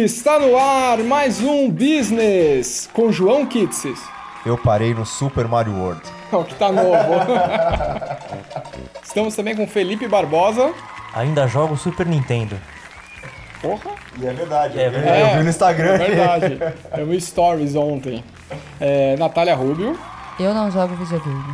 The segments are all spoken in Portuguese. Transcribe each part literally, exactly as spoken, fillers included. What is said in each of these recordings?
Está no ar mais um Business com João Kitsis. Eu parei no Super Mario World. Oh, que tá novo. Estamos também com Felipe Barbosa. Ainda jogo Super Nintendo. Porra. E é verdade, é verdade. É, eu vi no Instagram. É verdade. Eu vi stories ontem. É, Natália Rubio. Eu não jogo videogame.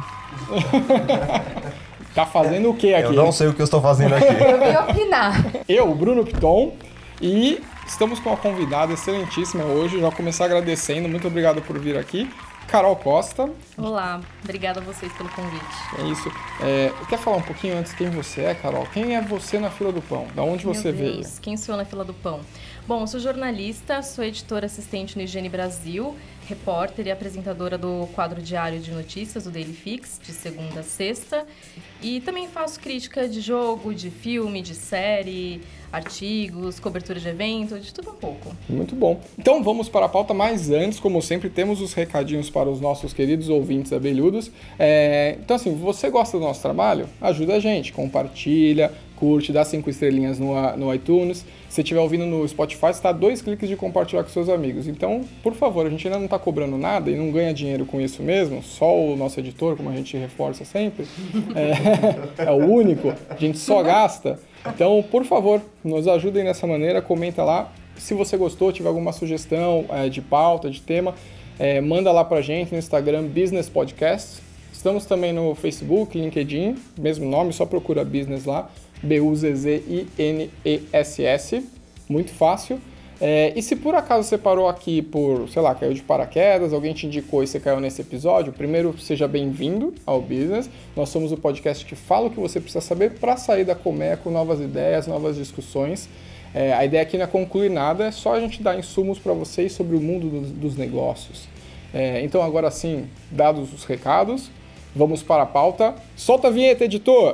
Tá fazendo o que aqui? Eu não sei o que eu estou fazendo aqui. Eu vim opinar. Eu, Bruno Piton, e estamos com uma convidada excelentíssima hoje. Já começar agradecendo, muito obrigado por vir aqui. Carol Costa. Olá, obrigada a vocês pelo convite. É isso. É, quer falar um pouquinho antes quem você é, Carol? Quem é você na fila do pão? Da onde Meu você Deus, veio? Quem sou eu na fila do pão? Bom, eu sou jornalista, sou editora assistente no Higiene Brasil, repórter e apresentadora do quadro diário de notícias, o Daily Fix, de segunda a sexta. E também faço crítica de jogo, de filme, de série, artigos, cobertura de evento, de tudo um pouco. Muito bom. Então vamos para a pauta, mas antes, como sempre, temos os recadinhos para os nossos queridos ouvintes abelhudos. É, então assim, você gosta do nosso trabalho? Ajuda a gente, compartilha, curte, dá cinco estrelinhas no, no iTunes. Se estiver ouvindo no Spotify, você está a dois cliques de compartilhar com seus amigos. Então, por favor, a gente ainda não está cobrando nada e não ganha dinheiro com isso mesmo, só o nosso editor, como a gente reforça sempre, é, é o único, a gente só gasta. Então, por favor, nos ajudem dessa maneira, comenta lá. Se você gostou, tiver alguma sugestão é, de pauta, de tema, é, manda lá pra gente no Instagram Business Podcast. Estamos também no Facebook, LinkedIn, mesmo nome, só procura Business lá, B U Z Z I N E S S, muito fácil. É, e se por acaso você parou aqui por, sei lá, caiu de paraquedas, alguém te indicou e você caiu nesse episódio, primeiro, seja bem-vindo ao Business. Nós somos o podcast que fala o que você precisa saber para sair da colmeia com novas ideias, novas discussões. É, a ideia aqui não é concluir nada, é só a gente dar insumos para vocês sobre o mundo dos, dos negócios. É, então agora sim, dados os recados, vamos para a pauta. Solta a vinheta, editor!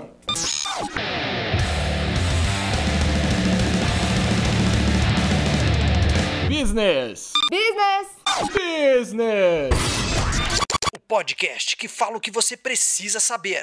Business! Business! Business! O podcast que fala o que você precisa saber.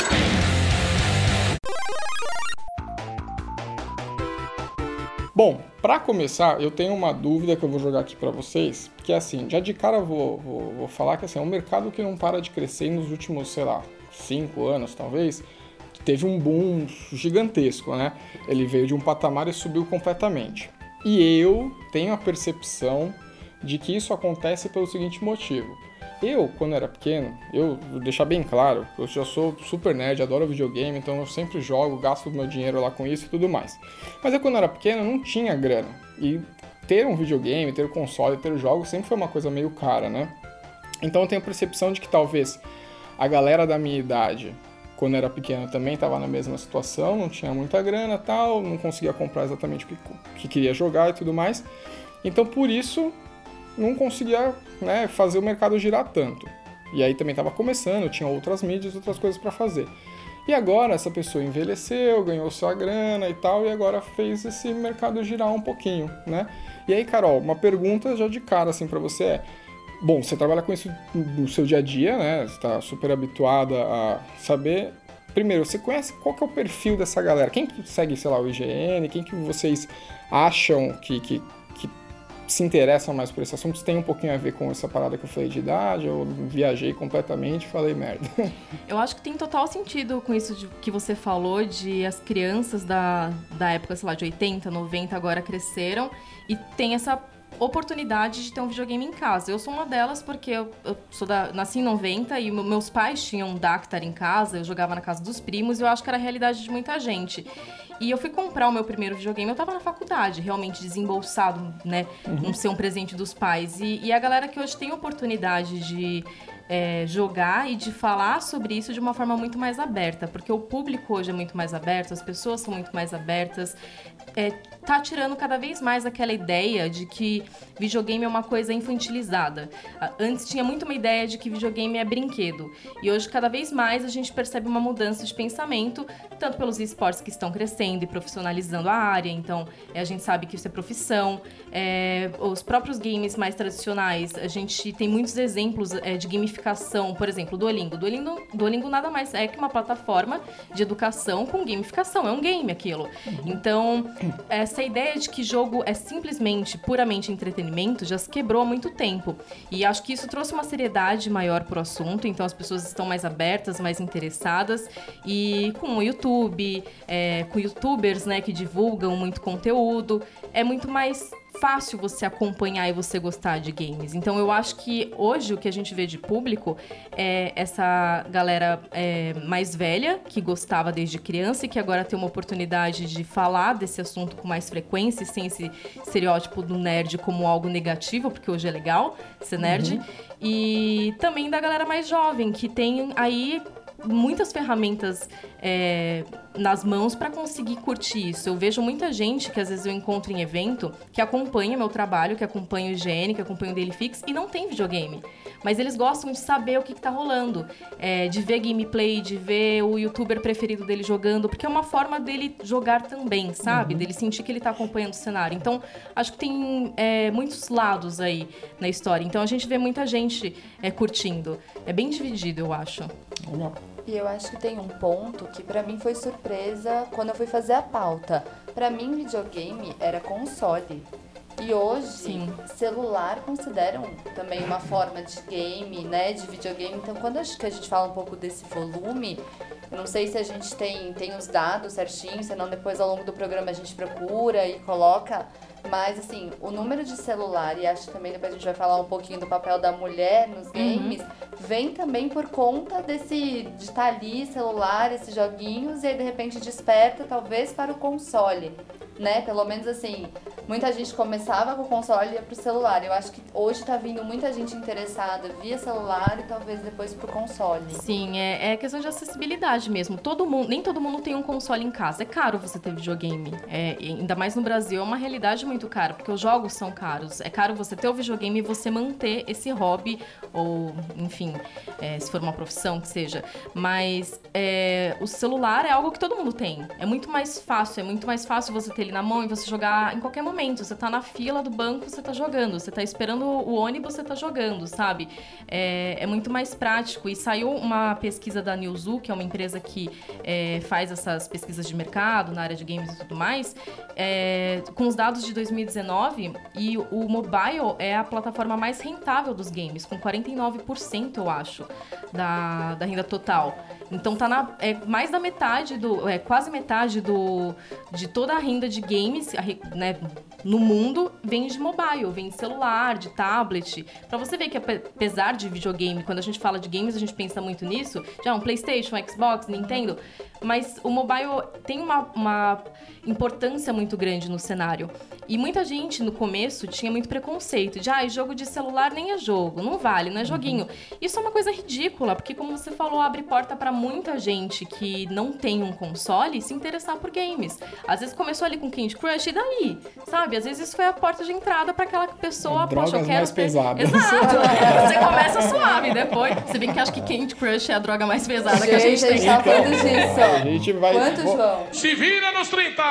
Bom, para começar, eu tenho uma dúvida que eu vou jogar aqui para vocês, que é assim, já de cara eu vou, vou, vou falar que assim, é um mercado que não para de crescer e nos últimos, sei lá, cinco anos talvez, teve um boom gigantesco, né? Ele veio de um patamar e subiu completamente. E eu tenho a percepção de que isso acontece pelo seguinte motivo. Eu, quando era pequeno, eu vou deixar bem claro, eu já sou super nerd, adoro videogame, então eu sempre jogo, gasto meu dinheiro lá com isso e tudo mais. Mas eu, quando era pequeno, não tinha grana. E ter um videogame, ter um console, ter jogos sempre foi uma coisa meio cara, né? Então eu tenho a percepção de que talvez a galera da minha idade, quando era pequeno, também estava na mesma situação, não tinha muita grana e tal, não conseguia comprar exatamente o que, que queria jogar e tudo mais. Então, por isso, não conseguia, né, fazer o mercado girar tanto. E aí também estava começando, tinha outras mídias, outras coisas para fazer. E agora essa pessoa envelheceu, ganhou sua grana e tal, e agora fez esse mercado girar um pouquinho, né? E aí, Carol, uma pergunta já de cara assim para você é: bom, você trabalha com isso no seu dia a dia, né? Você está super habituada a saber. Primeiro, você conhece qual que é o perfil dessa galera? Quem que segue, sei lá, o I G N? Quem que vocês acham que, que, que se interessam mais por esse assunto? Isso tem um pouquinho a ver com essa parada que eu falei de idade? Eu viajei completamente e falei merda. Eu acho que tem total sentido com isso de, que você falou, de as crianças da, da época, sei lá, de oitenta, noventa, agora cresceram e tem essa oportunidade de ter um videogame em casa. Eu sou uma delas porque eu, eu sou da, nasci em noventa e meus pais tinham um Dactar em casa, eu jogava na casa dos primos e eu acho que era a realidade de muita gente. E eu fui comprar o meu primeiro videogame, eu tava na faculdade, realmente desembolsado, né? Uhum. Não ser um presente dos pais. E, e a galera que hoje tem oportunidade de é, jogar e de falar sobre isso de uma forma muito mais aberta, porque o público hoje é muito mais aberto, as pessoas são muito mais abertas. É, tá tirando cada vez mais aquela ideia de que videogame é uma coisa infantilizada. Antes tinha muito uma ideia de que videogame é brinquedo. E hoje, cada vez mais, a gente percebe uma mudança de pensamento, tanto pelos esportes que estão crescendo e profissionalizando a área. Então, a gente sabe que isso é profissão. É, os próprios games mais tradicionais, a gente tem muitos exemplos é, de gamificação. Por exemplo, o Duolingo. Duolingo. Duolingo nada mais é que uma plataforma de educação com gamificação. É um game aquilo. Uhum. Então, essa ideia de que jogo é simplesmente, puramente entretenimento, já se quebrou há muito tempo. E acho que isso trouxe uma seriedade maior pro assunto, então as pessoas estão mais abertas, mais interessadas. E com o YouTube, é, com youtubers, né, que divulgam muito conteúdo, é muito mais fácil você acompanhar e você gostar de games. Então eu acho que hoje o que a gente vê de público é essa galera é, mais velha, que gostava desde criança e que agora tem uma oportunidade de falar desse assunto com mais frequência, sem esse estereótipo do nerd como algo negativo, porque hoje é legal ser nerd. Uhum. E também da galera mais jovem, que tem aí muitas ferramentas é, nas mãos para conseguir curtir isso. Eu vejo muita gente que às vezes eu encontro em evento que acompanha meu trabalho, que acompanha o I G N, que acompanha o Daily Fix e não tem videogame. Mas eles gostam de saber o que, que tá rolando, é, de ver gameplay, de ver o youtuber preferido dele jogando, porque é uma forma dele jogar também, sabe? Uhum. Dele sentir que ele tá acompanhando o cenário. Então, acho que tem é, muitos lados aí na história. Então, a gente vê muita gente é, curtindo. É bem dividido, eu acho. Legal. E eu acho que tem um ponto que pra mim foi surpresa quando eu fui fazer a pauta. Pra mim, videogame era console. E hoje, Sim. celular consideram também uma forma de game, né, de videogame. Então, quando acho que a gente fala um pouco desse volume, eu não sei se a gente tem, tem os dados certinhos, senão depois ao longo do programa a gente procura e coloca. Mas, assim, o número de celular, e acho que também depois a gente vai falar um pouquinho do papel da mulher nos games, uhum. vem também por conta desse, de estar ali, celular, esses joguinhos, e aí de repente desperta talvez para o console, né? Pelo menos assim, muita gente começava com o console e ia pro celular. Eu acho que hoje tá vindo muita gente interessada via celular e talvez depois pro console. Sim, é, é questão de acessibilidade mesmo. Todo mundo, nem todo mundo tem um console em casa. É caro você ter videogame. É, ainda mais no Brasil, é uma realidade muito cara, porque os jogos são caros. É caro você ter o videogame e você manter esse hobby, ou, enfim, é, se for uma profissão que seja. Mas é, o celular é algo que todo mundo tem. É muito mais fácil, é muito mais fácil você ter ele na mão e você jogar em qualquer momento. Você tá na fila do banco, você tá jogando. Você tá esperando o ônibus, você tá jogando, sabe? É, é muito mais prático. E saiu uma pesquisa da Newzoo, que é uma empresa que é, faz essas pesquisas de mercado na área de games e tudo mais, é, com os dados de dois mil e dezenove, e o mobile é a plataforma mais rentável dos games, com quarenta e nove por cento, eu acho, da, da renda total. Então tá na, é mais da metade, do, é quase metade do, de toda a renda de games, né, no mundo, vem de mobile, vem de celular, de tablet. Pra você ver que apesar de videogame, quando a gente fala de games, a gente pensa muito nisso, já um PlayStation, um Xbox, Nintendo, mas o mobile tem uma, uma importância muito grande no cenário. E muita gente, no começo, tinha muito preconceito de, ah, jogo de celular nem é jogo, não vale, não é joguinho. Isso é uma coisa ridícula, porque, como você falou, abre porta pra muita gente que não tem um console se interessar por games. Às vezes começou ali com Candy Crush, e daí? Sabe? Às vezes isso foi a porta de entrada pra aquela pessoa, drogas poxa, eu quero... mais pesadas. Exato. Você começa suave depois. Se bem que acho que Candy Crush é a droga mais pesada gente, que a gente tem. tem. A gente tá falando disso. A gente vai... Quanto, João? Se vira nos trinta!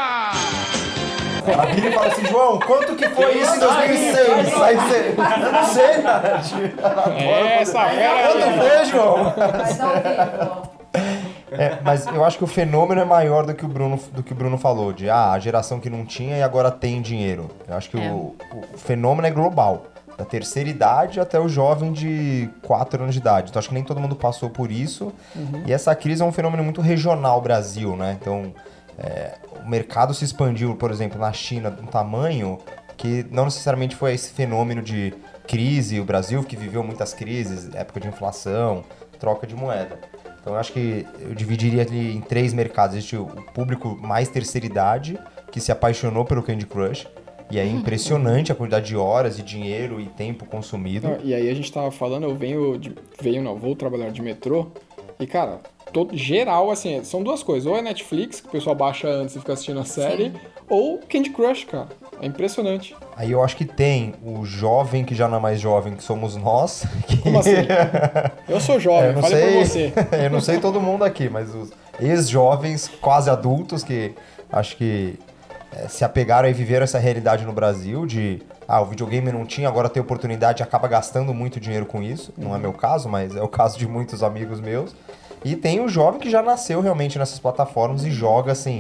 A Vini fala assim, João, quanto que foi isso em dois mil e seis? Aí você, eu não sei, Nath. É, essa fera... Quanto foi, João? Mas ao vivo. É, mas eu acho que o fenômeno é maior do que o Bruno, do que o Bruno falou, de ah, a geração que não tinha e agora tem dinheiro. Eu acho que É. o, o fenômeno é global, da terceira idade até o jovem de quatro anos de idade. Então acho que nem todo mundo passou por isso. Uhum. E essa crise é um fenômeno muito regional Brasil, né? Então é, o mercado se expandiu, por exemplo, na China, de um tamanho que não necessariamente foi esse fenômeno de crise. O Brasil, que viveu muitas crises, época de inflação, troca de moeda. Então eu acho que eu dividiria ali em três mercados. Existe o público mais terceira idade, que se apaixonou pelo Candy Crush. E é impressionante a quantidade de horas, e dinheiro e tempo consumido. Não, e aí a gente tava falando, eu venho, de, venho não, vou trabalhar de metrô, e cara, todo, geral, assim, são duas coisas, ou é Netflix, que o pessoal baixa antes e fica assistindo a série, Sim. ou Candy Crush, cara, é impressionante. Aí eu acho que tem o jovem que já não é mais jovem, que somos nós. Que... Como assim? Eu sou jovem, eu fale sei, por você. Eu não sei todo mundo aqui, mas os ex-jovens, quase adultos, que acho que é, se apegaram e viveram essa realidade no Brasil de, ah, o videogame não tinha, agora tem oportunidade e acaba gastando muito dinheiro com isso. Não é meu caso, mas é o caso de muitos amigos meus. E tem o jovem que já nasceu realmente nessas plataformas e joga, assim,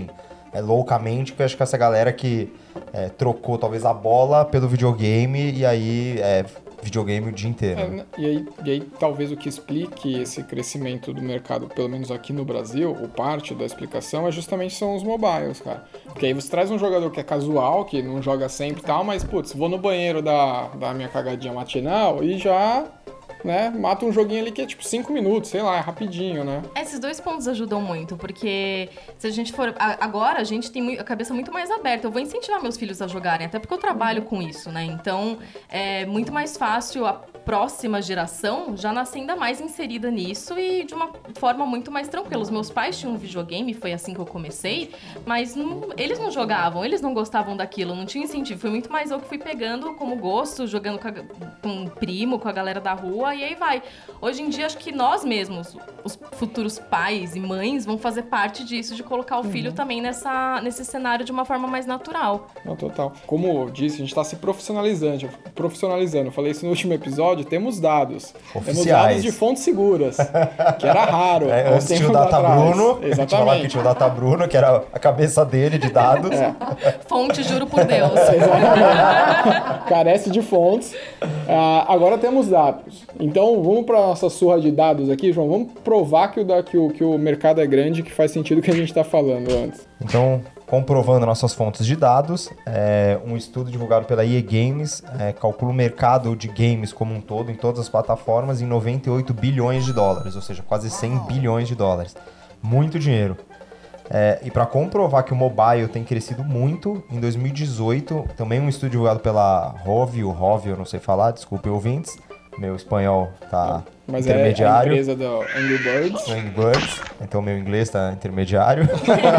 é, loucamente, que eu acho que essa galera que é, trocou talvez a bola pelo videogame e aí é videogame o dia inteiro. É, e, aí, e aí talvez o que explique esse crescimento do mercado, pelo menos aqui no Brasil, ou parte da explicação, é justamente são os mobiles, cara. Porque aí você traz um jogador que é casual, que não joga sempre e tal, mas, putz, vou no banheiro da, da minha cagadinha matinal e já... né, mata um joguinho ali que é tipo cinco minutos, sei lá, é rapidinho, né? Esses dois pontos ajudam muito, porque se a gente for... Agora a gente tem a cabeça muito mais aberta. Eu vou incentivar meus filhos a jogarem, até porque eu trabalho com isso, né? Então, é muito mais fácil a próxima geração já nascer ainda mais inserida nisso e de uma forma muito mais tranquila. Os meus pais tinham um videogame, foi assim que eu comecei, mas não, eles não jogavam, eles não gostavam daquilo, não tinha incentivo. Foi muito mais eu que fui pegando como gosto, jogando com, a, com um primo, com a galera da rua, e aí vai. Hoje em dia, acho que nós mesmos, os futuros pais e mães, vão fazer parte disso, de colocar o filho uhum. também nessa, nesse cenário de uma forma mais natural. Não, total. Como eu disse, a gente está se profissionalizando. Profissionalizando. Eu falei isso no último episódio, temos dados. Oficiais. Temos dados de fontes seguras, que era raro. É, antes tinha o Data Bruno, exatamente. Que tinha o Data Bruno, que era a cabeça dele de dados. É. Fonte, juro por Deus. Exatamente. Carece de fontes. Uh, agora temos dados. Então, vamos para a nossa surra de dados aqui, João. Vamos provar que o, que o, que o mercado é grande, que faz sentido o que a gente está falando antes. Então, comprovando nossas fontes de dados, é, um estudo divulgado pela E A Games é, calcula o mercado de games como um todo, em todas as plataformas, em noventa e oito bilhões de dólares, ou seja, quase cem bilhões de dólares. Muito dinheiro. É, e para comprovar que o mobile tem crescido muito, em dois mil e dezoito, também um estudo divulgado pela Rovio, Rovio, não sei falar, desculpem ouvintes, meu espanhol tá Mas intermediário. Mas é a empresa do Angry Birds. Angry Birds, então meu inglês tá intermediário.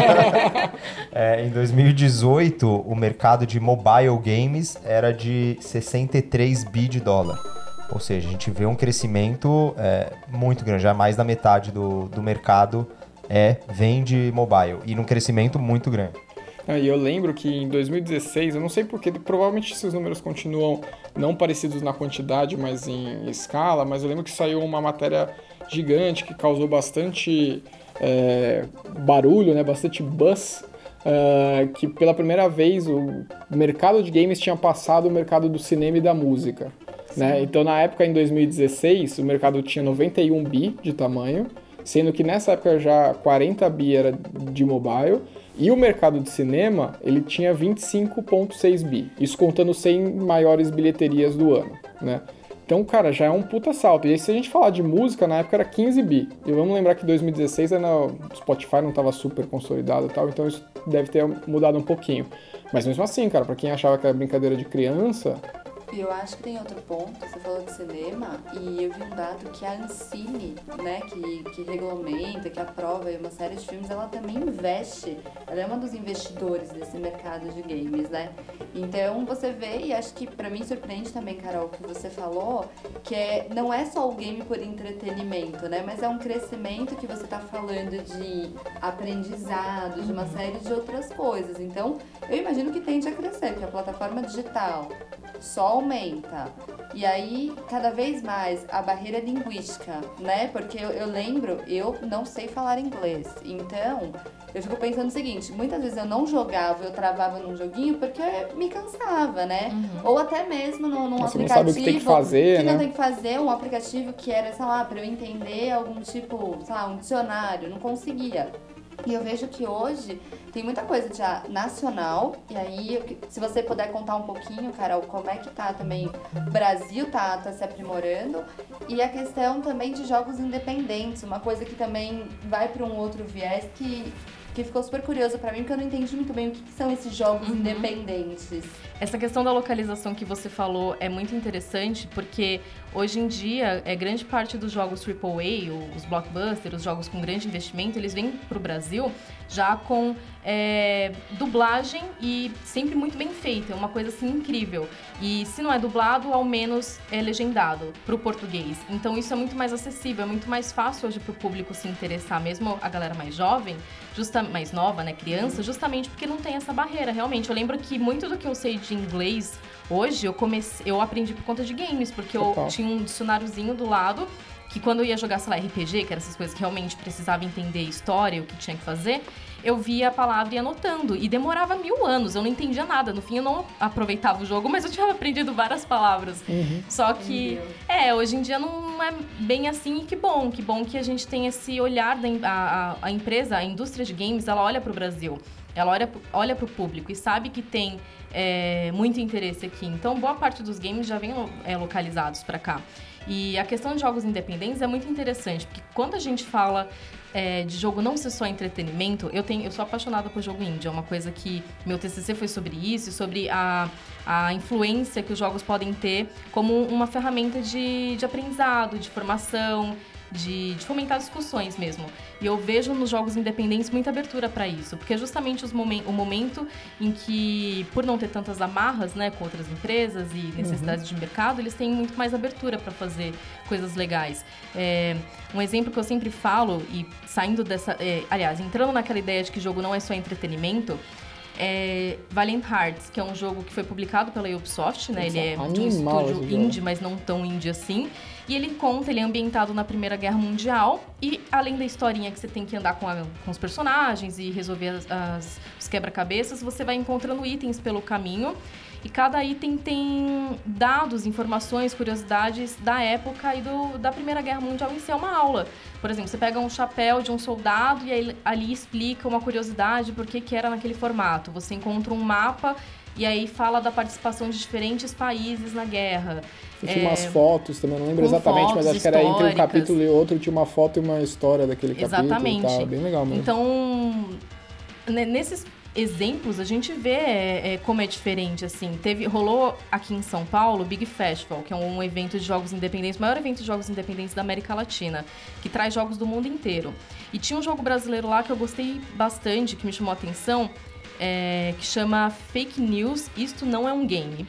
é, em dois mil e dezoito, o mercado de mobile games era de sessenta e três bi de dólar. Ou seja, a gente vê um crescimento é, muito grande, já mais da metade do, do mercado é, vem de mobile, e num crescimento muito grande. Ah, e eu lembro que em dois mil e dezesseis, eu não sei porquê, provavelmente esses números continuam não parecidos na quantidade, mas em escala, mas eu lembro que saiu uma matéria gigante que causou bastante é, barulho, né, bastante buzz, uh, que pela primeira vez o mercado de games tinha passado o mercado do cinema e da música. Né? Então, na época, em dois mil e dezesseis, o mercado tinha noventa e um bi de tamanho, sendo que nessa época já quarenta bi era de mobile, e o mercado de cinema, ele tinha vinte e cinco vírgula seis bi, isso contando cem maiores bilheterias do ano, né? Então, cara, já é um puta salto. E aí, se a gente falar de música, na época era quinze bi. E vamos lembrar que em dois mil e dezesseis ainda o Spotify não estava super consolidado e tal, então isso deve ter mudado um pouquinho. Mas mesmo assim, cara, pra quem achava que era brincadeira de criança... E eu acho que tem outro ponto, você falou de cinema, e eu vi um dado que a Ancine, né, que, que regulamenta, que aprova uma série de filmes, ela também investe, ela é uma dos investidores desse mercado de games, né? Então você vê, e acho que pra mim surpreende também, Carol, o que você falou, que é, não é só o game por entretenimento, né, mas é um crescimento que você tá falando de aprendizado, de uma série de outras coisas. Então, eu imagino que tende a crescer, que a plataforma digital só aumenta. E aí, cada vez mais, a barreira linguística, né? Porque eu, eu lembro, eu não sei falar inglês. Então, eu fico pensando o seguinte, muitas vezes eu não jogava, eu travava num joguinho porque me cansava, né? Uhum. Ou até mesmo num, num Você aplicativo... não sabe o que tem que fazer, que né? não tem que fazer, um aplicativo que era, sei lá, pra eu entender algum tipo, sei lá, um dicionário, não conseguia. E eu vejo que hoje tem muita coisa já nacional, e aí, se você puder contar um pouquinho, Carol, como é que tá também, o Brasil tá, tá se aprimorando, e a questão também de jogos independentes, uma coisa que também vai para um outro viés que, que ficou super curioso pra mim, porque eu não entendi muito bem o que, que são esses jogos uhum. independentes. Essa questão da localização que você falou é muito interessante, porque hoje em dia, é, grande parte dos jogos triplo A, os blockbusters, os jogos com grande investimento, eles vêm para o Brasil já com é, dublagem e sempre muito bem feita, é uma coisa assim incrível. E se não é dublado, ao menos é legendado para o português. Então isso é muito mais acessível, é muito mais fácil hoje para o público se interessar, mesmo a galera mais jovem, justa, mais nova, né, criança, justamente porque não tem essa barreira, realmente. Eu lembro que muito do que eu sei de inglês hoje, eu comecei, eu aprendi por conta de games, porque eu Total. tinha um dicionáriozinho do lado, que quando eu ia jogar, sei lá, R P G, que eram essas coisas que realmente precisava entender a história, o que tinha que fazer, eu via a palavra e ia anotando. E demorava mil anos, eu não entendia nada. No fim, eu não aproveitava o jogo, mas eu tinha aprendido várias palavras. Uhum. Só que, é, hoje em dia não é bem assim. E que bom, que bom que a gente tem esse olhar da a, a empresa, a indústria de games, ela olha pro Brasil. Ela olha, olha pro público e sabe que tem é, muito interesse aqui. Então, boa parte dos games já vem é, localizados para cá. E a questão de jogos independentes é muito interessante, porque quando a gente fala é, de jogo não ser só entretenimento, eu, tenho, eu sou apaixonada por jogo indie. É uma coisa que meu T C C foi sobre isso, sobre a, a influência que os jogos podem ter como uma ferramenta de, de aprendizado, de formação, De, de fomentar discussões mesmo. E eu vejo nos jogos independentes muita abertura para isso, porque é justamente os momen- o momento em que, por não ter tantas amarras, né, com outras empresas e necessidades uhum. de mercado, eles têm muito mais abertura para fazer coisas legais. É, um exemplo que eu sempre falo, e saindo dessa... É, aliás, entrando naquela ideia de que jogo não é só entretenimento, é Valiant Hearts, que é um jogo que foi publicado pela Ubisoft, né? Ele é de um estúdio indie, mas não tão indie assim. E ele conta, ele é ambientado na Primeira Guerra Mundial. E além da historinha que você tem que andar com, a, com os personagens e resolver as, as, os quebra-cabeças, você vai encontrando itens pelo caminho. E cada item tem dados, informações, curiosidades da época e do, da Primeira Guerra Mundial em si. É uma aula. Por exemplo, você pega um chapéu de um soldado e aí, ali explica uma curiosidade por que que era naquele formato. Você encontra um mapa e aí fala da participação de diferentes países na guerra. E tinha é, umas fotos também, não lembro exatamente, mas acho que era entre um capítulo e outro, tinha uma foto e uma história daquele exatamente. capítulo e tal. Bem legal mesmo. Então, nesses exemplos, a gente vê é, é, como é diferente, assim. Teve, rolou aqui em São Paulo o Big Festival, que é um evento de jogos independentes, o maior evento de jogos independentes da América Latina, que traz jogos do mundo inteiro. E tinha um jogo brasileiro lá que eu gostei bastante, que me chamou a atenção, é, que chama Fake News, Isto Não É Um Game.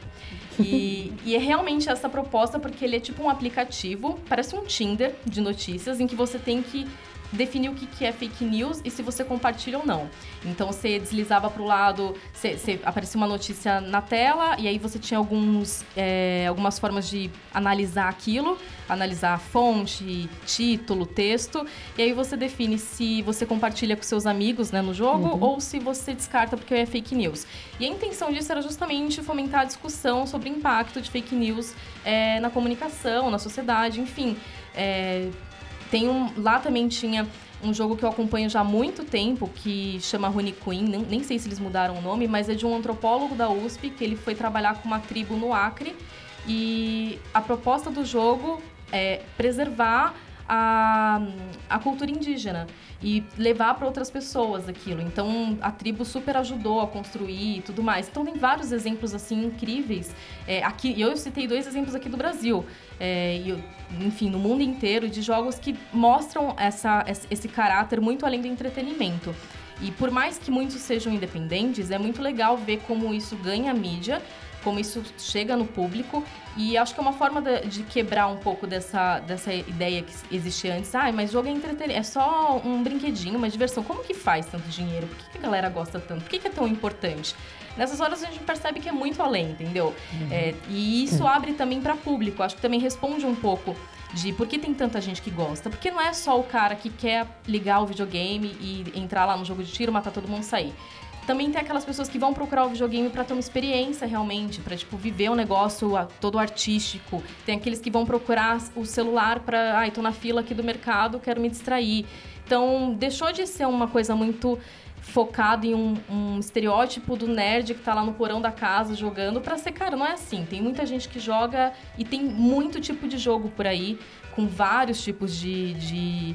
E, e é realmente essa proposta, porque ele é tipo um aplicativo, parece um Tinder de notícias, em que você tem que definir o que é fake news e se você compartilha ou não. Então, você deslizava para o lado, você, você, aparecia uma notícia na tela e aí você tinha alguns, é, algumas formas de analisar aquilo, analisar a fonte, título, texto, e aí você define se você compartilha com seus amigos, né, no jogo uhum. ou se você descarta porque é fake news. E a intenção disso era justamente fomentar a discussão sobre o impacto de fake news é, na comunicação, na sociedade, enfim. É, Tem um, lá também tinha um jogo que eu acompanho já há muito tempo, que chama Honey Queen, nem, nem sei se eles mudaram o nome, mas é de um antropólogo da U S P, que ele foi trabalhar com uma tribo no Acre, e a proposta do jogo é preservar a, a cultura indígena e levar para outras pessoas aquilo. Então, a tribo super ajudou a construir e tudo mais. Então, tem vários exemplos, assim, incríveis. É, aqui, eu citei dois exemplos aqui do Brasil. É, e, enfim, no mundo inteiro, de jogos que mostram essa, esse caráter muito além do entretenimento. E por mais que muitos sejam independentes, é muito legal ver como isso ganha mídia, como isso chega no público, e acho que é uma forma de, de quebrar um pouco dessa, dessa ideia que existia antes. Ah, mas jogo é entretenimento, é só um brinquedinho, uma diversão. Como que faz tanto dinheiro? Por que, que a galera gosta tanto? Por que, que é tão importante? Nessas horas a gente percebe que é muito além, entendeu? Uhum. É, e isso abre também para público. Acho que também responde um pouco de por que tem tanta gente que gosta. Porque não é só o cara que quer ligar o videogame e entrar lá no jogo de tiro, matar todo mundo e sair. Também tem aquelas pessoas que vão procurar o videogame para ter uma experiência realmente, para tipo, viver um negócio todo artístico. Tem aqueles que vão procurar o celular para, ai, tô na fila aqui do mercado, quero me distrair. Então, deixou de ser uma coisa muito focada em um, um estereótipo do nerd que tá lá no porão da casa jogando, para ser, cara, não é assim. Tem muita gente que joga e tem muito tipo de jogo por aí, com vários tipos de, de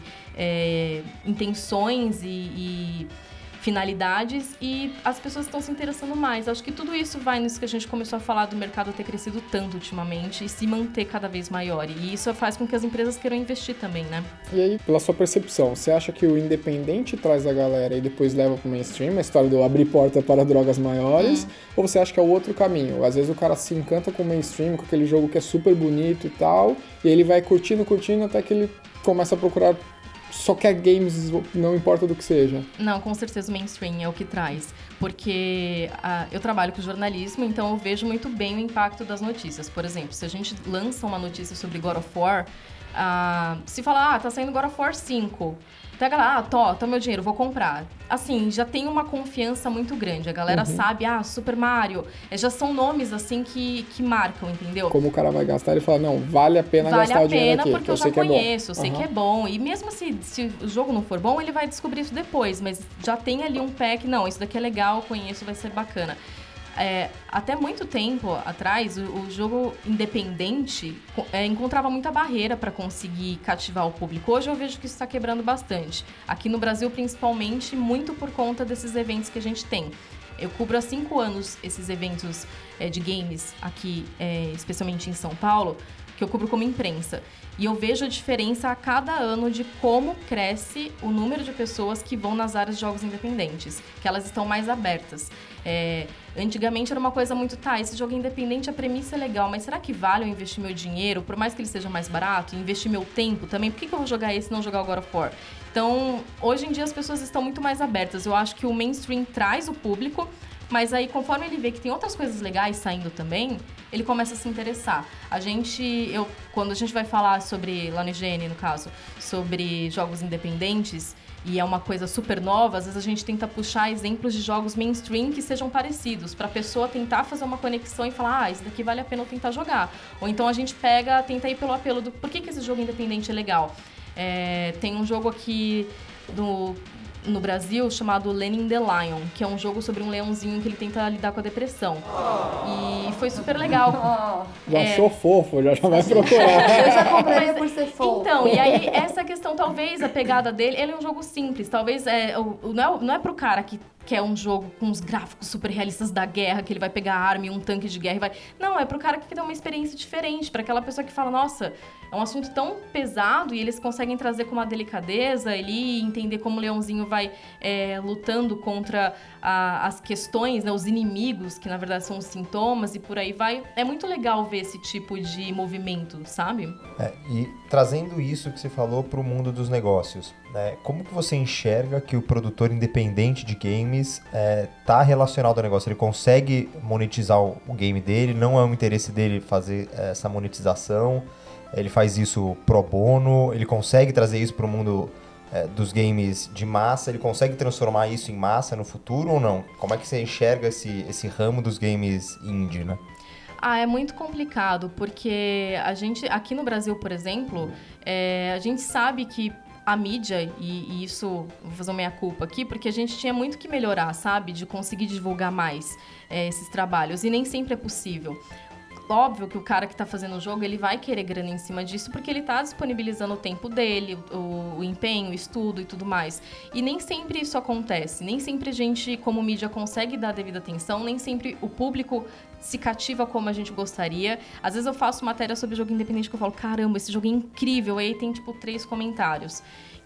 é, intenções e... e finalidades, e as pessoas estão se interessando mais. Acho que tudo isso vai nisso que a gente começou a falar do mercado ter crescido tanto ultimamente e se manter cada vez maior. E isso faz com que as empresas queiram investir também, né? E aí, pela sua percepção, você acha que o independente traz a galera e depois leva pro mainstream, a história do abrir porta para drogas maiores, hum. ou você acha que é o outro caminho? Às vezes o cara se encanta com o mainstream, com aquele jogo que é super bonito e tal, e ele vai curtindo, curtindo, até que ele começa a procurar só quer games, não importa do que seja. Não, com certeza o mainstream é o que traz. Porque uh, eu trabalho com jornalismo, então eu vejo muito bem o impacto das notícias. Por exemplo, se a gente lança uma notícia sobre God of War, Ah, se falar, ah, tá saindo God of War cinco. Pega lá, ah, tô, tô meu dinheiro, vou comprar. Assim, já tem uma confiança muito grande. A galera uhum. sabe, ah, Super Mario. Já são nomes, assim, que, que marcam, entendeu? Como o cara vai gastar, ele fala, não, vale a pena vale gastar a o dinheiro aqui. Vale a pena, porque eu já conheço, eu sei uhum. que é bom. E mesmo se, se o jogo não for bom, ele vai descobrir isso depois. Mas já tem ali um pack, não, isso daqui é legal, eu conheço, vai ser bacana. É, até muito tempo atrás, o, o jogo independente é, encontrava muita barreira para conseguir cativar o público. Hoje eu vejo que isso está quebrando bastante. Aqui no Brasil, principalmente, muito por conta desses eventos que a gente tem. Eu cubro há cinco anos esses eventos é, de games aqui, é, especialmente em São Paulo, que eu cubro como imprensa. E eu vejo a diferença a cada ano de como cresce o número de pessoas que vão nas áreas de jogos independentes, que elas estão mais abertas. É, antigamente era uma coisa muito, tá, esse jogo independente, a premissa é legal, mas será que vale eu investir meu dinheiro, por mais que ele seja mais barato, investir meu tempo também? Por que, que eu vou jogar esse e não jogar o God of War? Então, hoje em dia as pessoas estão muito mais abertas. Eu acho que o mainstream traz o público, mas aí, conforme ele vê que tem outras coisas legais saindo também, ele começa a se interessar. A gente, eu, quando a gente vai falar sobre, lá no I G N, no caso, sobre jogos independentes, e é uma coisa super nova, às vezes a gente tenta puxar exemplos de jogos mainstream que sejam parecidos, pra pessoa tentar fazer uma conexão e falar, ah, isso daqui vale a pena eu tentar jogar. Ou então a gente pega, tenta ir pelo apelo do por que, que esse jogo independente é legal. É, tem um jogo aqui do... no Brasil, chamado Lenin the Lion, que é um jogo sobre um leãozinho que ele tenta lidar com a depressão. E foi super legal. Já é... achou fofo, já, já vai procurar. Eu já compraria por ser fofo. Então, e aí essa questão, talvez, a pegada dele, ele é um jogo simples, talvez, é, o, o, não, é, não é pro cara que quer um jogo com os gráficos super realistas da guerra, que ele vai pegar a arma e um tanque de guerra e vai... Não, é pro cara que quer ter uma experiência diferente, pra aquela pessoa que fala, nossa, é um assunto tão pesado e eles conseguem trazer com uma delicadeza ali, entender como o leãozinho vai é, lutando contra a, as questões, né, os inimigos, que na verdade são os sintomas e por aí vai. É muito legal ver esse tipo de movimento, sabe? É, e trazendo isso que você falou pro mundo dos negócios, né, como que você enxerga que o produtor independente de games é, tá relacionado ao negócio? Ele consegue monetizar o, o game dele? Não é o interesse dele fazer essa monetização? Ele faz isso pro bono? Ele consegue trazer isso pro mundo é, dos games de massa? Ele consegue transformar isso em massa no futuro ou não? Como é que você enxerga esse, esse ramo dos games indie, né? Ah, é muito complicado, porque a gente, aqui no Brasil, por exemplo, é, a gente sabe que a mídia, e, e isso, vou fazer uma meia-culpa aqui, porque a gente tinha muito que melhorar, sabe? De conseguir divulgar mais é, esses trabalhos, e nem sempre é possível. Óbvio que o cara que tá fazendo o jogo, ele vai querer grana em cima disso, porque ele tá disponibilizando o tempo dele, o, o empenho, o estudo e tudo mais. E nem sempre isso acontece, nem sempre a gente, como mídia, consegue dar a devida atenção, nem sempre o público se cativa como a gente gostaria. Às vezes eu faço matéria sobre jogo independente que eu falo, caramba, esse jogo é incrível, aí tem tipo três comentários.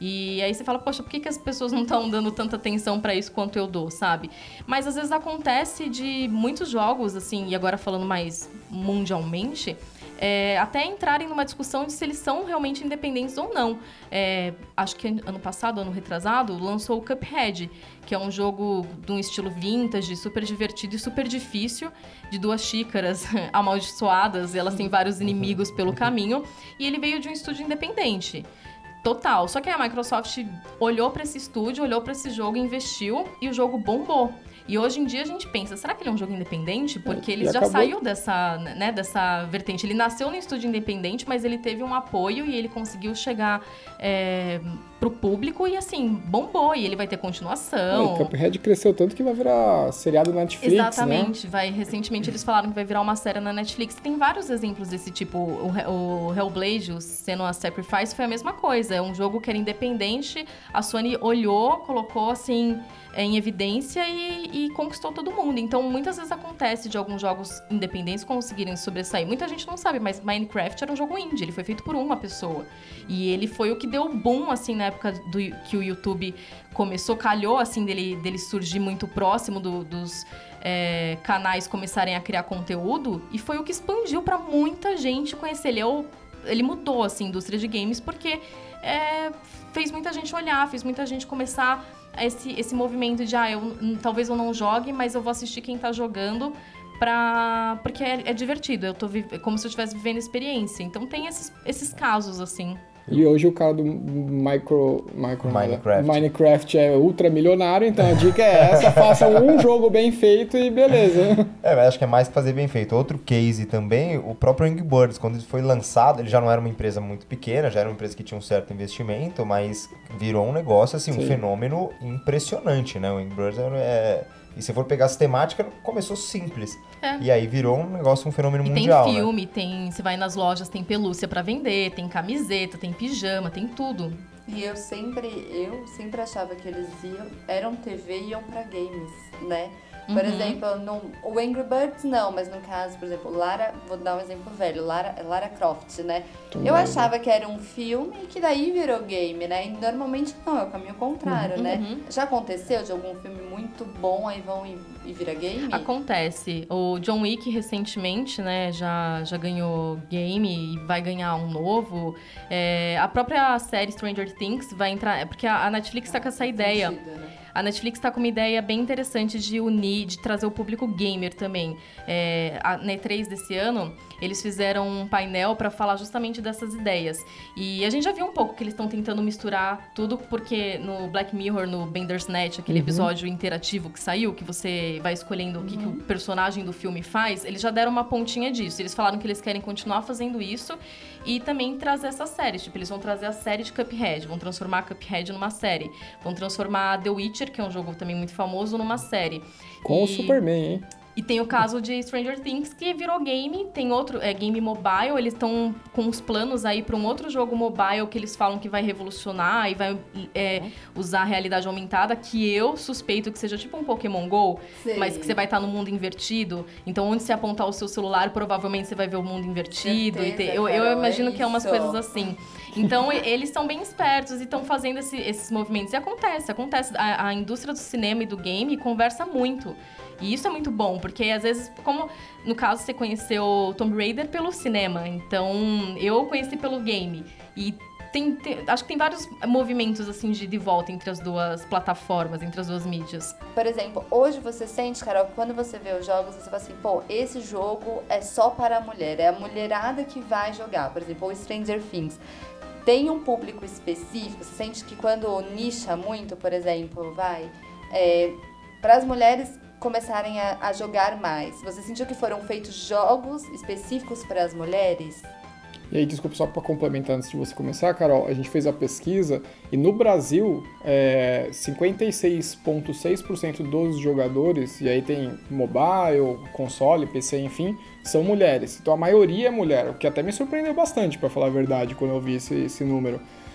E aí você fala, poxa, por que, que as pessoas não estão dando tanta atenção pra isso quanto eu dou, sabe? Mas às vezes acontece de muitos jogos, assim, e agora falando mais mundialmente, é, até entrarem numa discussão de se eles são realmente independentes ou não. É, acho que ano passado, ano retrasado, lançou o Cuphead, que é um jogo de um estilo vintage, super divertido e super difícil, de duas xícaras amaldiçoadas, e elas têm vários inimigos pelo caminho, e ele veio de um estúdio independente. Total. Só que a Microsoft olhou pra esse estúdio, olhou pra esse jogo, investiu e o jogo bombou. E hoje em dia a gente pensa, será que ele é um jogo independente? Porque ele e já acabou... saiu dessa, né, dessa vertente. Ele nasceu no estúdio independente, mas ele teve um apoio e ele conseguiu chegar é, pro público e, assim, bombou. E ele vai ter continuação. O Cuphead cresceu tanto que vai virar seriado na Netflix, Exatamente. né? Vai, recentemente eles falaram que vai virar uma série na Netflix. Tem vários exemplos desse tipo. O, o Hellblade, o Senua's Sacrifice, foi a mesma coisa. É um jogo que era independente. A Sony olhou, colocou, assim, em evidência e, e conquistou todo mundo. Então, muitas vezes acontece de alguns jogos independentes conseguirem sobressair. Muita gente não sabe, mas Minecraft era um jogo indie. Ele foi feito por uma pessoa. E ele foi o que deu boom, assim, na época do, que o YouTube começou. Calhou, assim, dele, dele surgir muito próximo do, dos é, canais começarem a criar conteúdo. E foi o que expandiu pra muita gente conhecer. Ele, é o, ele mudou, assim, a indústria de games porque é, fez muita gente olhar, fez muita gente começar... Esse, esse movimento de, ah, eu, talvez eu não jogue, mas eu vou assistir quem tá jogando pra... porque é, é divertido, eu tô vi... como se eu estivesse vivendo a experiência. Então tem esses, esses casos, assim. E hoje o cara do micro, micro Minecraft. Minecraft é ultramilionário, então a dica é essa, faça um jogo bem feito e beleza. É, mas acho que é mais que fazer bem feito. Outro case também, o próprio Angry Birds, quando ele foi lançado, ele já não era uma empresa muito pequena, já era uma empresa que tinha um certo investimento, mas virou um negócio, assim, Sim. um fenômeno impressionante, né? O Angry Birds é... E se for pegar as temáticas, começou simples. É. E aí virou um negócio, um fenômeno E mundial, tem né? filme, tem, você vai nas lojas, tem pelúcia pra vender, tem camiseta, tem pijama, tem tudo. E eu sempre, eu sempre achava que eles iam, eram T V e iam pra games, né? Por Uhum. exemplo, no, o Angry Birds não, mas no caso, por exemplo, Lara, vou dar um exemplo velho, Lara, Lara Croft, né? Tomb Eu Raider. achava que era um filme e que daí virou game, né? E normalmente não, é o caminho contrário, Uhum, né? uhum. Já aconteceu de algum filme muito bom, aí vão e, e vira game? Acontece. O John Wick, recentemente, né, já, já ganhou game e vai ganhar um novo. É, a própria série Stranger Things vai entrar... É porque a, a Netflix tá com essa ideia... Sentido, né? A Netflix está com uma ideia bem interessante de unir, de trazer o público gamer também. É, a, na E três desse ano, eles fizeram um painel para falar justamente dessas ideias. E a gente já viu um pouco que eles estão tentando misturar tudo, porque no Black Mirror, no Bandersnatch, aquele Uhum. episódio interativo que saiu, que você vai escolhendo o que, que o personagem do filme faz, eles já deram uma pontinha disso. Eles falaram que eles querem continuar fazendo isso e também trazer essas séries. Tipo, eles vão trazer a série de Cuphead, vão transformar Cuphead numa série. Vão transformar The Witcher, que é um jogo também muito famoso, numa série. Com e... o Superman, hein? E tem o caso de Stranger Things, que virou game. Tem outro, é game mobile. Eles estão com os planos aí para um outro jogo mobile que eles falam que vai revolucionar e vai é, usar a realidade aumentada, que eu suspeito que seja tipo um Pokémon GO, Sei. mas que você vai estar no mundo invertido. Então, onde você apontar o seu celular, provavelmente você vai ver o mundo invertido. E ter- Certeza, eu, eu Carol, imagino é que é umas isso. coisas assim. Então, e- eles são bem espertos e estão fazendo esse- esses movimentos. E acontece, acontece. A, a indústria do cinema e do game conversa muito. E isso é muito bom, porque às vezes, como no caso você conheceu Tomb Raider pelo cinema, então eu conheci pelo game. E tem, tem- acho que tem vários movimentos assim de, de volta entre as duas plataformas, entre as duas mídias. Por exemplo, hoje você sente, Carol, que quando você vê os jogos, você fala assim, pô, esse jogo é só para a mulher, é a mulherada que vai jogar. Por exemplo, o Stranger Things. Tem um público específico, você sente que quando nicha muito, por exemplo, vai, é, para as mulheres começarem a, a jogar mais, você sentiu que foram feitos jogos específicos para as mulheres? E aí, desculpa, só para complementar antes de você começar, Carol, a gente fez a pesquisa e no Brasil, é, cinquenta e seis vírgula seis por cento dos jogadores, e aí tem mobile, console, P C, enfim, são mulheres. Então a maioria é mulher, o que até me surpreendeu bastante, para falar a verdade, quando eu vi esse, esse número.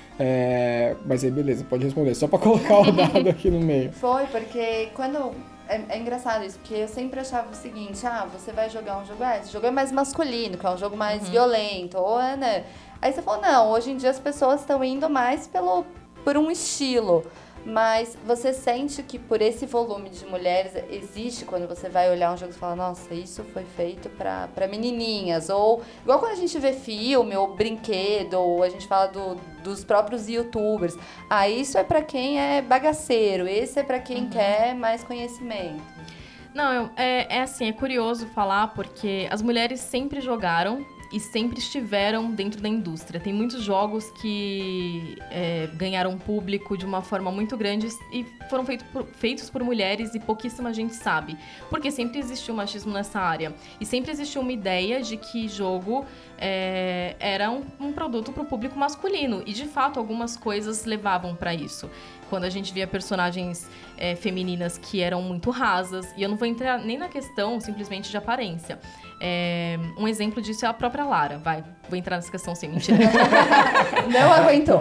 É, mas aí, beleza, pode responder, só para colocar o dado aqui no meio. Foi, porque quando... É, é engraçado isso, porque eu sempre achava o seguinte, ah, você vai jogar um jogo, ah, esse jogo é mais masculino, que é um jogo mais violento, ou é, né? Aí você falou, não, hoje em dia as pessoas estão indo mais pelo, por um estilo. Mas você sente que por esse volume de mulheres existe quando você vai olhar um jogo e fala, nossa, isso foi feito pra, pra menininhas. Ou igual quando a gente vê filme ou brinquedo, ou a gente fala do, dos próprios youtubers. Ah, isso é pra quem é bagaceiro, esse é pra quem quer mais conhecimento. Não, eu- é, é assim, é curioso falar porque as mulheres sempre jogaram e sempre estiveram dentro da indústria. Tem muitos jogos que é, ganharam público de uma forma muito grande e foram feito por- feitos por mulheres e pouquíssima gente sabe. Porque sempre existiu machismo nessa área. E sempre existiu uma ideia de que jogo é, era um, um produto para o público masculino. E, de fato, algumas coisas levavam para isso. Quando a gente via personagens é, femininas que eram muito rasas. E eu não vou entrar nem na questão simplesmente de aparência. É, um exemplo disso é a própria Lara. Vai, vou entrar nessa questão sem mentira. Não aguentou.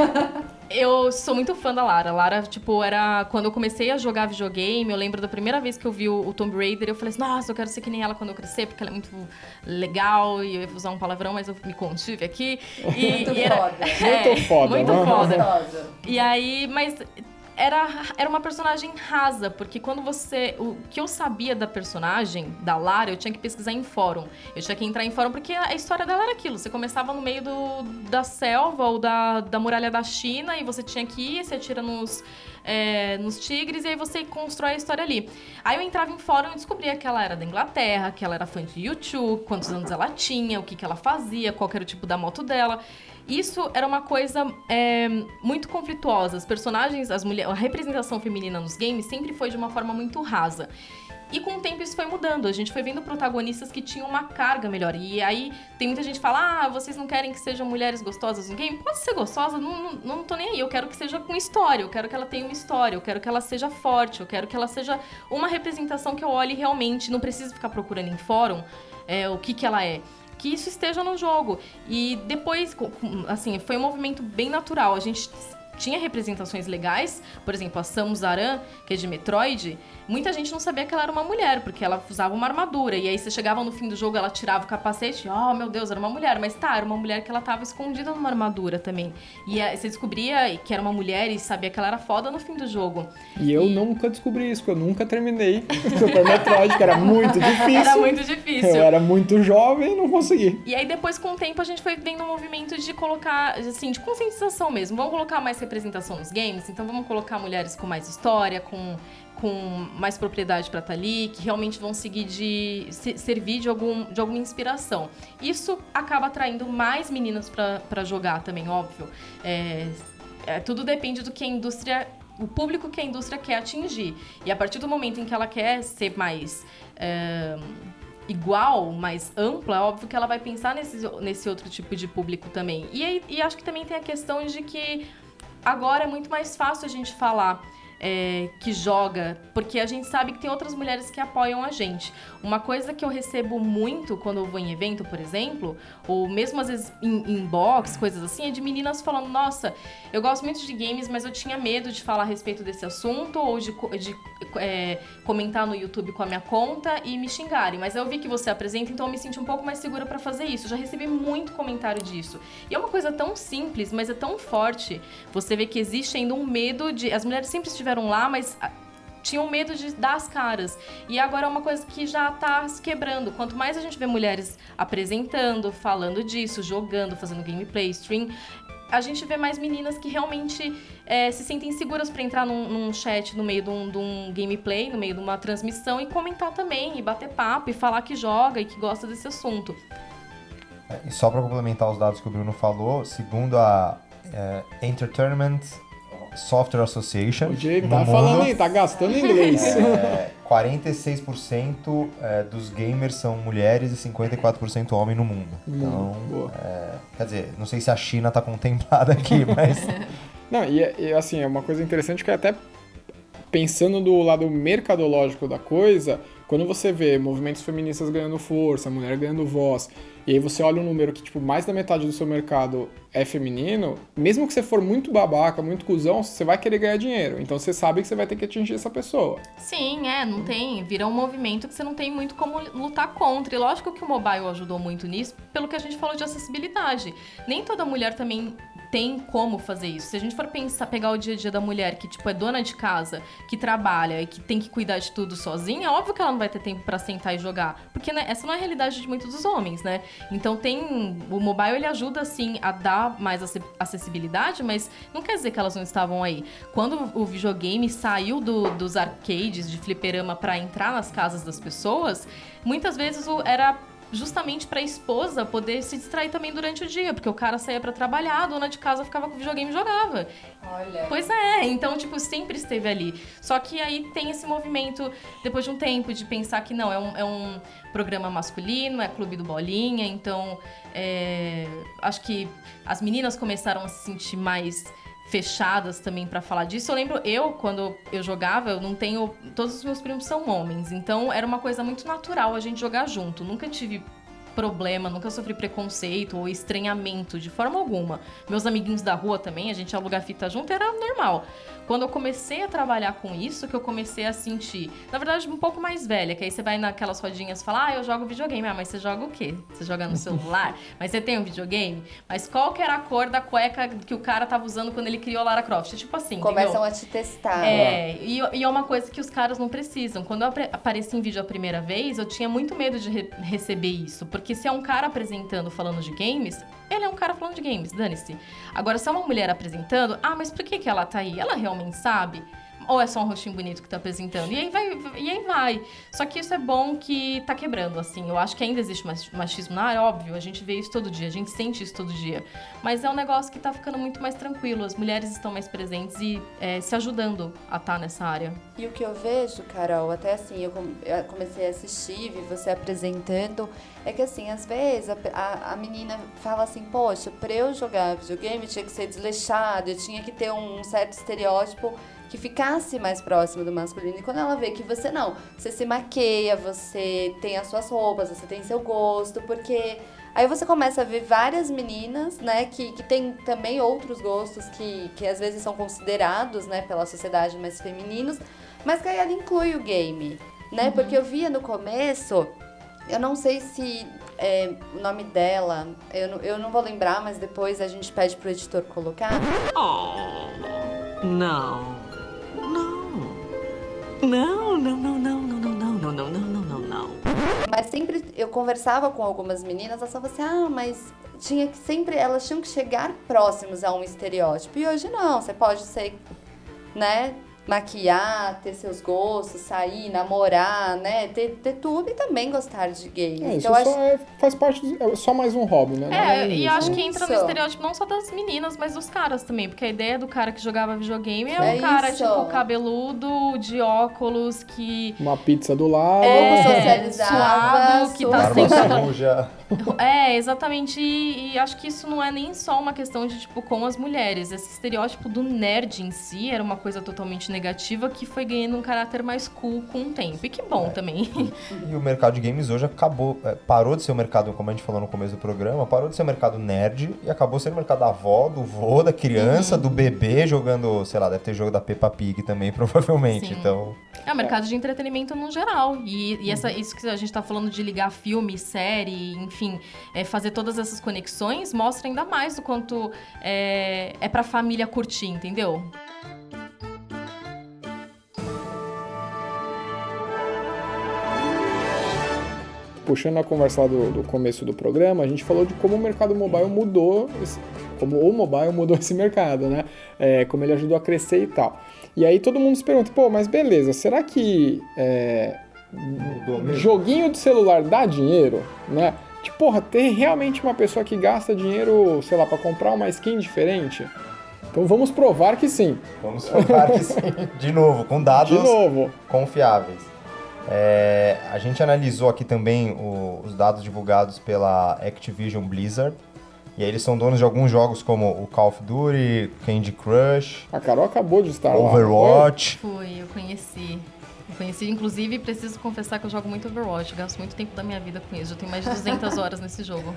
Eu sou muito fã da Lara. Lara, tipo, era... Quando eu comecei a jogar videogame, eu lembro da primeira vez que eu vi o, o Tomb Raider, eu falei assim, nossa, eu quero ser que nem ela quando eu crescer, porque ela é muito legal, e eu ia usar um palavrão, mas eu me contive aqui. E, Muito e era, foda. É, Muito foda, Muito né? foda. Gostosa. E aí, mas era, era uma personagem rasa, porque quando você... O que eu sabia da personagem, da Lara, eu tinha que pesquisar em fórum. Eu tinha que entrar em fórum, porque a história dela era aquilo. Você começava no meio do, da selva ou da, da muralha da China, e você tinha que ir, você atira nos... é, nos tigres, e aí você constrói a história ali. Aí eu entrava em fórum e descobria que ela era da Inglaterra, que ela era fã de YouTube, quantos anos ela tinha, o que, que ela fazia, qual era o tipo da moto dela. Isso era uma coisa é, muito conflituosa. As personagens, as mulheres, a representação feminina nos games sempre foi de uma forma muito rasa. E com o tempo isso foi mudando. A gente foi vendo protagonistas que tinham uma carga melhor. E aí tem muita gente que fala, ah, vocês não querem que sejam mulheres gostosas no game? Pode ser gostosa, não, não, não tô nem aí. Eu quero que seja com história, eu quero que ela tenha uma história, eu quero que ela seja forte, eu quero que ela seja uma representação que eu olhe realmente, não preciso ficar procurando em fórum é, o que que ela é. Que isso esteja no jogo. E depois, assim, foi um movimento bem natural. A gente tinha representações legais, por exemplo, a Samus Aran, que é de Metroid, muita gente não sabia que ela era uma mulher, porque ela usava uma armadura, e aí você chegava no fim do jogo, ela tirava o capacete, oh meu Deus, era uma mulher, mas tá, era uma mulher que ela tava escondida numa armadura também, e aí você descobria que era uma mulher e sabia que ela era foda no fim do jogo. E eu e... nunca descobri isso, porque eu nunca terminei Super Metroid, que era muito difícil. Era muito difícil. Eu era muito jovem e não consegui. E aí depois, com o tempo, a gente foi vendo um movimento de colocar, assim, de conscientização mesmo, vamos colocar mais representação nos games, então vamos colocar mulheres com mais história, com, com mais propriedade para estar ali, que realmente vão seguir de se, servir de, algum, de alguma inspiração. Isso acaba atraindo mais meninas para jogar também, óbvio. É, é, tudo depende do que a indústria, o público que a indústria quer atingir. E a partir do momento em que ela quer ser mais... É, igual, mais ampla, é óbvio que ela vai pensar nesse, nesse outro tipo de público também. E, aí, e acho que também tem a questão de que agora é muito mais fácil a gente falar é, que joga, porque a gente sabe que tem outras mulheres que apoiam a gente. Uma coisa que eu recebo muito quando eu vou em evento, por exemplo, ou mesmo às vezes em inbox, coisas assim, é de meninas falando, nossa, eu gosto muito de games, mas eu tinha medo de falar a respeito desse assunto, ou de, de é, comentar no YouTube com a minha conta e me xingarem, mas eu vi que você apresenta, então eu me senti um pouco mais segura pra fazer isso. Eu já recebi muito comentário disso. E é uma coisa tão simples, mas é tão forte. Você vê que existe ainda um medo de... As mulheres sempre estiveram lá, mas tinham medo de dar as caras. E agora é uma coisa que já tá se quebrando. Quanto mais a gente vê mulheres apresentando, falando disso, jogando, fazendo gameplay, stream, a gente vê mais meninas que realmente é, se sentem seguras para entrar num, num chat no meio de um, de um gameplay, no meio de uma transmissão e comentar também, e bater papo, e falar que joga e que gosta desse assunto. E só para complementar os dados que o Bruno falou, segundo a é, Entertainment Software Association, o Diego tá falando aí, tá gastando inglês. É, quarenta e seis por cento é, dos gamers são mulheres e cinquenta e quatro por cento homem no mundo. Então, hum, é, quer dizer, não sei se a China tá contemplada aqui, mas... Não, e, e assim, é uma coisa interessante que até pensando do lado mercadológico da coisa, quando você vê movimentos feministas ganhando força, mulher ganhando voz, e aí você olha um número que, tipo, mais da metade do seu mercado é feminino, mesmo que você for muito babaca, muito cuzão, você vai querer ganhar dinheiro. Então você sabe que você vai ter que atingir essa pessoa. Sim, é, não tem. Vira um movimento que você não tem muito como lutar contra. E lógico que o mobile ajudou muito nisso, pelo que a gente falou de acessibilidade. Nem toda mulher também tem como fazer isso. Se a gente for pensar, pegar o dia a dia da mulher que, tipo, é dona de casa, que trabalha e que tem que cuidar de tudo sozinha, é óbvio que ela não vai ter tempo pra sentar e jogar. Porque, né, essa não é a realidade de muitos dos homens, né? Então tem... O mobile, ele ajuda, sim, a dar mais acessibilidade, mas não quer dizer que elas não estavam aí. Quando o videogame saiu do, dos arcades de fliperama pra entrar nas casas das pessoas, muitas vezes era... justamente pra esposa poder se distrair também durante o dia, porque o cara saía pra trabalhar, a dona de casa ficava com o videogame e jogava. Olha. Pois é, então, tipo, sempre esteve ali. Só que aí tem esse movimento, depois de um tempo, de pensar que não, é um, é um programa masculino, é clube do bolinha, então é, acho que as meninas começaram a se sentir mais fechadas também pra falar disso. Eu lembro, eu, quando eu jogava, eu não tenho... Todos os meus primos são homens, então era uma coisa muito natural a gente jogar junto. Nunca tive problema, nunca sofri preconceito ou estranhamento, de forma alguma. Meus amiguinhos da rua também, a gente alugar fita junto, era normal. Quando eu comecei a trabalhar com isso, que eu comecei a sentir... Na verdade, um pouco mais velha, que aí você vai naquelas rodinhas e fala, ah, eu jogo videogame. Ah, mas você joga o quê? Você joga no celular? Mas você tem um videogame? Mas qual que era a cor da cueca que o cara tava usando quando ele criou a Lara Croft? Tipo assim, começam entendeu? a te testar. É, e, e é uma coisa que os caras não precisam. Quando eu apareci em vídeo a primeira vez, eu tinha muito medo de re- receber isso, porque Porque se é um cara apresentando falando de games, ele é um cara falando de games, dane-se. Agora, se é uma mulher apresentando, ah, mas por que, que ela tá aí? Ela realmente sabe? Ou é só um rostinho bonito que tá apresentando? E aí vai, e aí vai. Só que isso é bom que tá quebrando, assim. Eu acho que ainda existe machismo na área, óbvio. A gente vê isso todo dia, a gente sente isso todo dia. Mas é um negócio que tá ficando muito mais tranquilo. As mulheres estão mais presentes e é, se ajudando a estar nessa área. E o que eu vejo, Carol, até assim, eu comecei a assistir, vi você apresentando, é que assim, às vezes a, a, a menina fala assim, poxa, pra eu jogar videogame tinha que ser desleixado, eu tinha que ter um certo estereótipo que ficasse mais próximo do masculino. E quando ela vê que você não, você se maqueia, você tem as suas roupas, você tem seu gosto, porque aí você começa a ver várias meninas, né, que, que tem também outros gostos que, que às vezes são considerados, né, pela sociedade mais femininos, mas que aí ela inclui o game, né, uhum. Porque eu via no começo, eu não sei se é, o nome dela, eu não, eu não vou lembrar, mas depois a gente pede pro editor colocar. Oh, não. Não, não, não, não, não, não, não, não, não, não, não, não, não. Mas sempre eu conversava com algumas meninas, elas falavam assim, ah, mas tinha que sempre, elas tinham que chegar próximos a um estereótipo. E hoje não, você pode ser, né, maquiar, ter seus gostos, sair, namorar, né, ter, ter tudo e também gostar de games. É, isso então, só acho... é, faz parte, do, é só mais um hobby, né? É, é e isso. acho que entra no Isso. estereótipo não só das meninas, mas dos caras também, porque a ideia do cara que jogava videogame é, É um cara, isso. tipo, cabeludo, de óculos, que... Uma pizza do lado. É, É, socializava, suado, que tá Barba sempre... suja. É, exatamente, e, e acho que isso não é nem só uma questão de, tipo, com as mulheres. Esse estereótipo do nerd em si era uma coisa totalmente negativa que foi ganhando um caráter mais cool com o tempo. E que bom É. também. E o mercado de games hoje acabou, é, parou de ser o mercado, como a gente falou no começo do programa, parou de ser o mercado nerd e acabou sendo o mercado da avó, do vô, da criança, uhum. do bebê jogando, sei lá, deve ter jogo da Peppa Pig também, provavelmente. Sim. Então... É o mercado de entretenimento no geral. E, e essa, isso que a gente tá falando de ligar filme, série, enfim, é, fazer todas essas conexões, mostra ainda mais do quanto é, é pra família curtir, entendeu? Puxando a conversa lá do, do começo do programa, a gente falou de como o mercado mobile mudou, esse, como o mobile mudou esse mercado, né? É, como ele ajudou a crescer e tal. E aí todo mundo se pergunta, pô, mas beleza, será que é, joguinho de celular dá dinheiro, né? Tipo, porra, ter realmente uma pessoa que gasta dinheiro, sei lá, pra comprar uma skin diferente? Então vamos provar que sim. Vamos provar que sim. De novo, com dados de novo. confiáveis. É, a gente analisou aqui também o, os dados divulgados pela Activision Blizzard. E aí eles são donos de alguns jogos como o Call of Duty, Candy Crush, a Carol acabou de estar Overwatch. Lá, foi? Foi, eu conheci. Eu conheci, inclusive, preciso confessar que eu jogo muito Overwatch. Gasto muito tempo da minha vida com isso. Eu tenho mais de duzentas horas nesse jogo.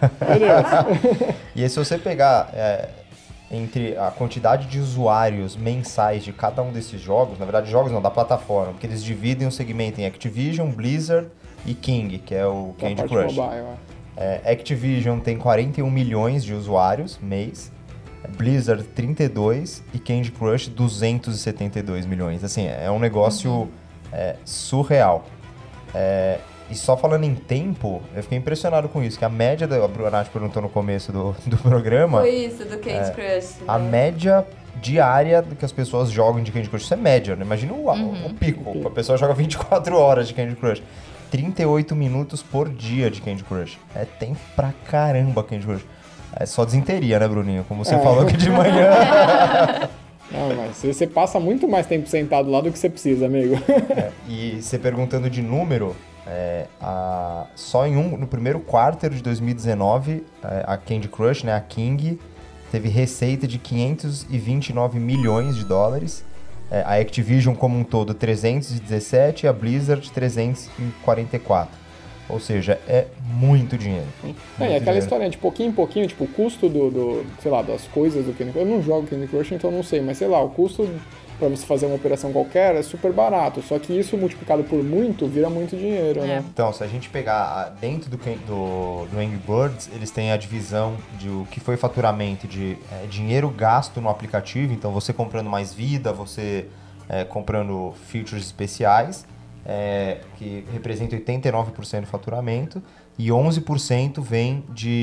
E aí se você pegar é, entre a quantidade de usuários mensais de cada um desses jogos, na verdade jogos não, da plataforma, porque eles dividem o segmento em Activision, Blizzard e King, que é o Candy Crush. Mobile, é. É, Activision tem quarenta e um milhões de usuários mês, Blizzard trinta e dois e Candy Crush duzentos e setenta e dois milhões. Assim, é um negócio uhum. é, surreal. É, e só falando em tempo, eu fiquei impressionado com isso, que a média, da, a Nath perguntou no começo do, do programa... Foi isso, do Candy é, Crush. Né? A média diária do que as pessoas jogam de Candy Crush, isso é média, né? Imagina o, uhum. o pico, a pessoa joga vinte e quatro horas de Candy Crush. trinta e oito minutos por dia de Candy Crush. É tempo pra caramba Candy Crush. É só desinteria, né, Bruninho? Como você é. falou que de manhã... Não, mas você passa muito mais tempo sentado lá do que você precisa, amigo. É, e você perguntando de número, é, a, só em um, no primeiro quarto de dois mil e dezenove, a Candy Crush, né, a King, teve receita de quinhentos e vinte e nove milhões de dólares. É, a Activision como um todo trezentos e dezessete e a Blizzard trezentos e quarenta e quatro. Ou seja, é muito dinheiro. Muito é, e aquela dinheiro. história, de pouquinho em pouquinho, tipo, o custo do, do, sei lá, das coisas do Candy Crush. Eu não jogo Candy Crush, então não sei, mas sei lá, o custo pra você fazer uma operação qualquer é super barato. Só que isso multiplicado por muito vira muito dinheiro, é. né? Então, se a gente pegar dentro do, do, do Angry Birds, eles têm a divisão de o que foi faturamento de é, dinheiro gasto no aplicativo. Então, você comprando mais vida, você é, comprando features especiais. É, que representa oitenta e nove por cento do faturamento. e onze por cento vem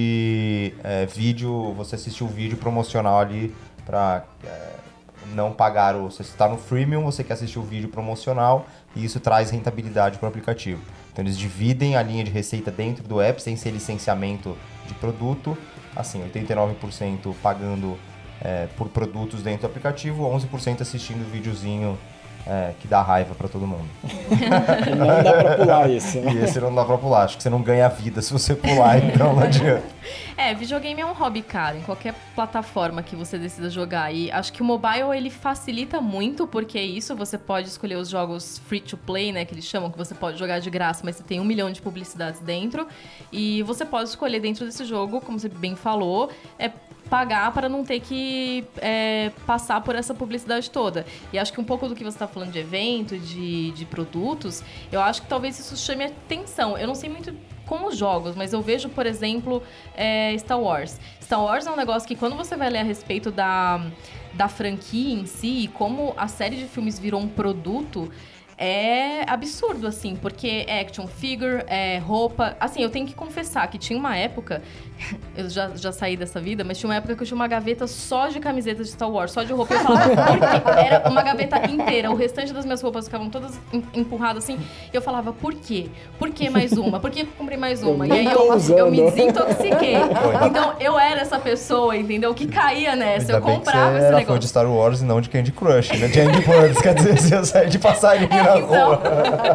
de é, vídeo, você assistiu o vídeo promocional ali para é, não pagar o... Se você está no freemium, você quer assistir o vídeo promocional e isso traz rentabilidade para o aplicativo. Então eles dividem a linha de receita dentro do app, sem ser licenciamento de produto, assim, oitenta e nove por cento pagando é, por produtos dentro do aplicativo, onze por cento assistindo o videozinho é, que dá raiva pra todo mundo. Não dá pra pular esse, né? E esse não dá pra pular, acho que você não ganha vida se você pular, então não adianta. É, videogame é um hobby caro, em qualquer plataforma que você decida jogar. E acho que o mobile, ele facilita muito, porque é isso, você pode escolher os jogos free to play, né, que eles chamam, que você pode jogar de graça, mas você tem um milhão de publicidades dentro. E você pode escolher dentro desse jogo, como você bem falou, é pagar para não ter que é, passar por essa publicidade toda. E acho que um pouco do que você está falando de evento, de, de produtos, eu acho que talvez isso chame atenção. Eu não sei muito com os jogos, mas eu vejo, por exemplo, é, Star Wars. Star Wars é um negócio que quando você vai ler a respeito da, da franquia em si, como a série de filmes virou um produto, é absurdo, assim, porque é action figure, é roupa... Assim, eu tenho que confessar que tinha uma época... Eu já, já saí dessa vida, mas tinha uma época que eu tinha uma gaveta só de camisetas de Star Wars, só de roupa. Eu falava, por quê? Era uma gaveta inteira. O restante das minhas roupas ficavam todas empurradas, assim. E eu falava, por quê? Por que mais uma? Por que eu comprei mais uma? Eu e aí eu, eu me desintoxiquei. Então, eu era essa pessoa, entendeu? Que caía nessa. Ainda eu comprava bem que você esse era negócio. fã de Star Wars e não de Candy Crush, né? De Angry Birds, quer dizer, você ia sair de passarinho É, na então. rua.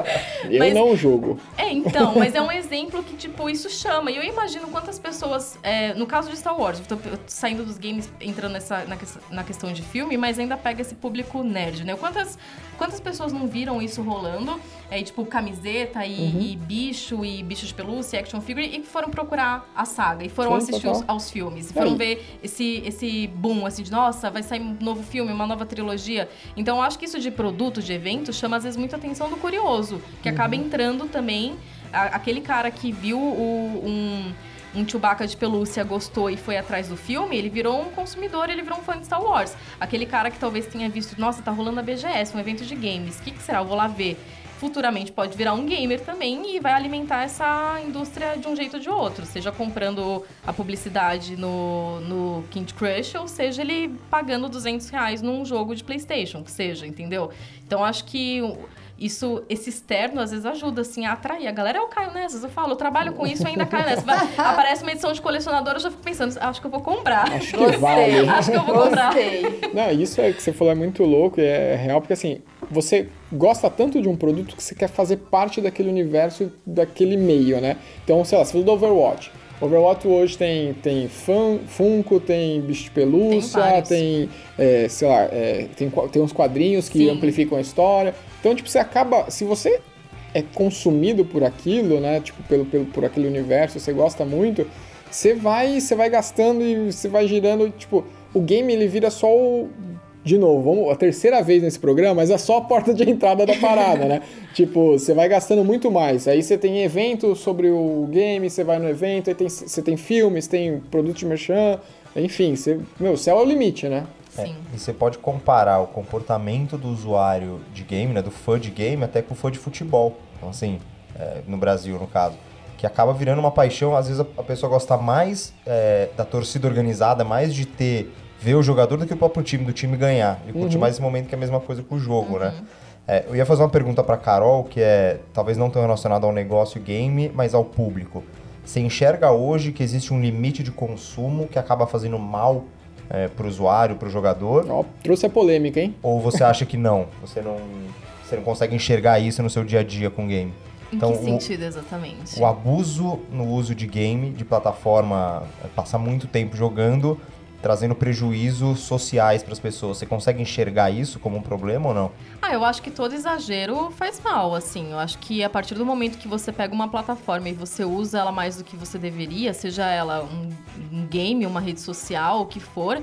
Eu Mas- não jogo. É, então, mas é um exemplo que, tipo, isso chama. E eu imagino quantas pessoas... é, no caso de Star Wars, eu tô, eu tô saindo dos games, entrando nessa, na, ques- na questão de filme, mas ainda pega esse público nerd, né? Quantas, quantas pessoas não viram isso rolando? É, tipo, camiseta e, e bicho, e bicho de pelúcia, e action figure, e foram procurar a saga, e foram Sim, assistir os, total. aos filmes. E foram Aí. ver esse, esse boom, assim, de, nossa, vai sair um novo filme, uma nova trilogia. Então, eu acho que isso de produto, de evento, chama, às vezes, muita atenção do curioso, que acaba entrando também... a- aquele cara que viu o, um... um Chewbacca de pelúcia gostou e foi atrás do filme, ele virou um consumidor, ele virou um fã de Star Wars. Aquele cara que talvez tenha visto, nossa, tá rolando a B G S, um evento de games, o que, que será? Eu vou lá ver. Futuramente pode virar um gamer também e vai alimentar essa indústria de um jeito ou de outro. Seja comprando a publicidade no, no Candy Crush, ou seja, ele pagando duzentos reais num jogo de PlayStation, que seja, entendeu? Então, acho que... Isso, esse externo, às vezes, ajuda, assim, a atrair. A galera, eu caio nessas, eu falo, eu trabalho com isso e ainda caio nessas. Vai, aparece uma edição de colecionador, eu já fico pensando, acho que eu vou comprar. Acho que Gostei. vale. Acho que eu vou comprar. Gostei. Não, isso é que você falou é muito louco e é real, porque assim, você gosta tanto de um produto que você quer fazer parte daquele universo, daquele meio, né? Então, sei lá, você falou do Overwatch. Overwatch hoje tem, tem fun, Funko, tem bicho de pelúcia, Tem vários. tem, é, sei lá, é, tem, qua- tem uns quadrinhos que Sim. amplificam a história. Então, tipo, você acaba... Se você é consumido por aquilo, né? Tipo, pelo, pelo, por aquele universo, você gosta muito, você vai, você vai gastando e você vai girando, tipo... O game, ele vira só o... De novo, vamos, a terceira vez nesse programa, mas é só a porta de entrada da parada, né? Tipo, você vai gastando muito mais. Aí você tem evento sobre o game, você vai no evento, aí tem, você tem filmes, tem produto de merchan, enfim, você, meu, o céu é o limite, né? É, Sim. e você pode comparar o comportamento do usuário de game, né, do fã de game, até com o fã de futebol. Então, assim, é, no Brasil, no caso, que acaba virando uma paixão. Às vezes a, a pessoa gosta mais é, da torcida organizada, mais de ter ver o jogador do que o próprio time, do time ganhar. Ele curte mais esse momento, que é a mesma coisa com o jogo, né? É, eu ia fazer uma pergunta pra Carol, que é talvez não tão relacionada ao negócio game, mas ao público. Você enxerga hoje que existe um limite de consumo que acaba fazendo mal é, pro usuário, pro jogador? Ó, trouxe a polêmica, hein? Ou você acha que não? Você não, você não consegue enxergar isso no seu dia a dia com game? Em Então, que o- sentido, exatamente? O abuso no uso de game, de plataforma, é, passar muito tempo jogando, trazendo prejuízos sociais para as pessoas. Você consegue enxergar isso como um problema ou não? Ah, eu acho que todo exagero faz mal, assim. Eu acho que a partir do momento que você pega uma plataforma e você usa ela mais do que você deveria, seja ela um, um game, uma rede social, o que for,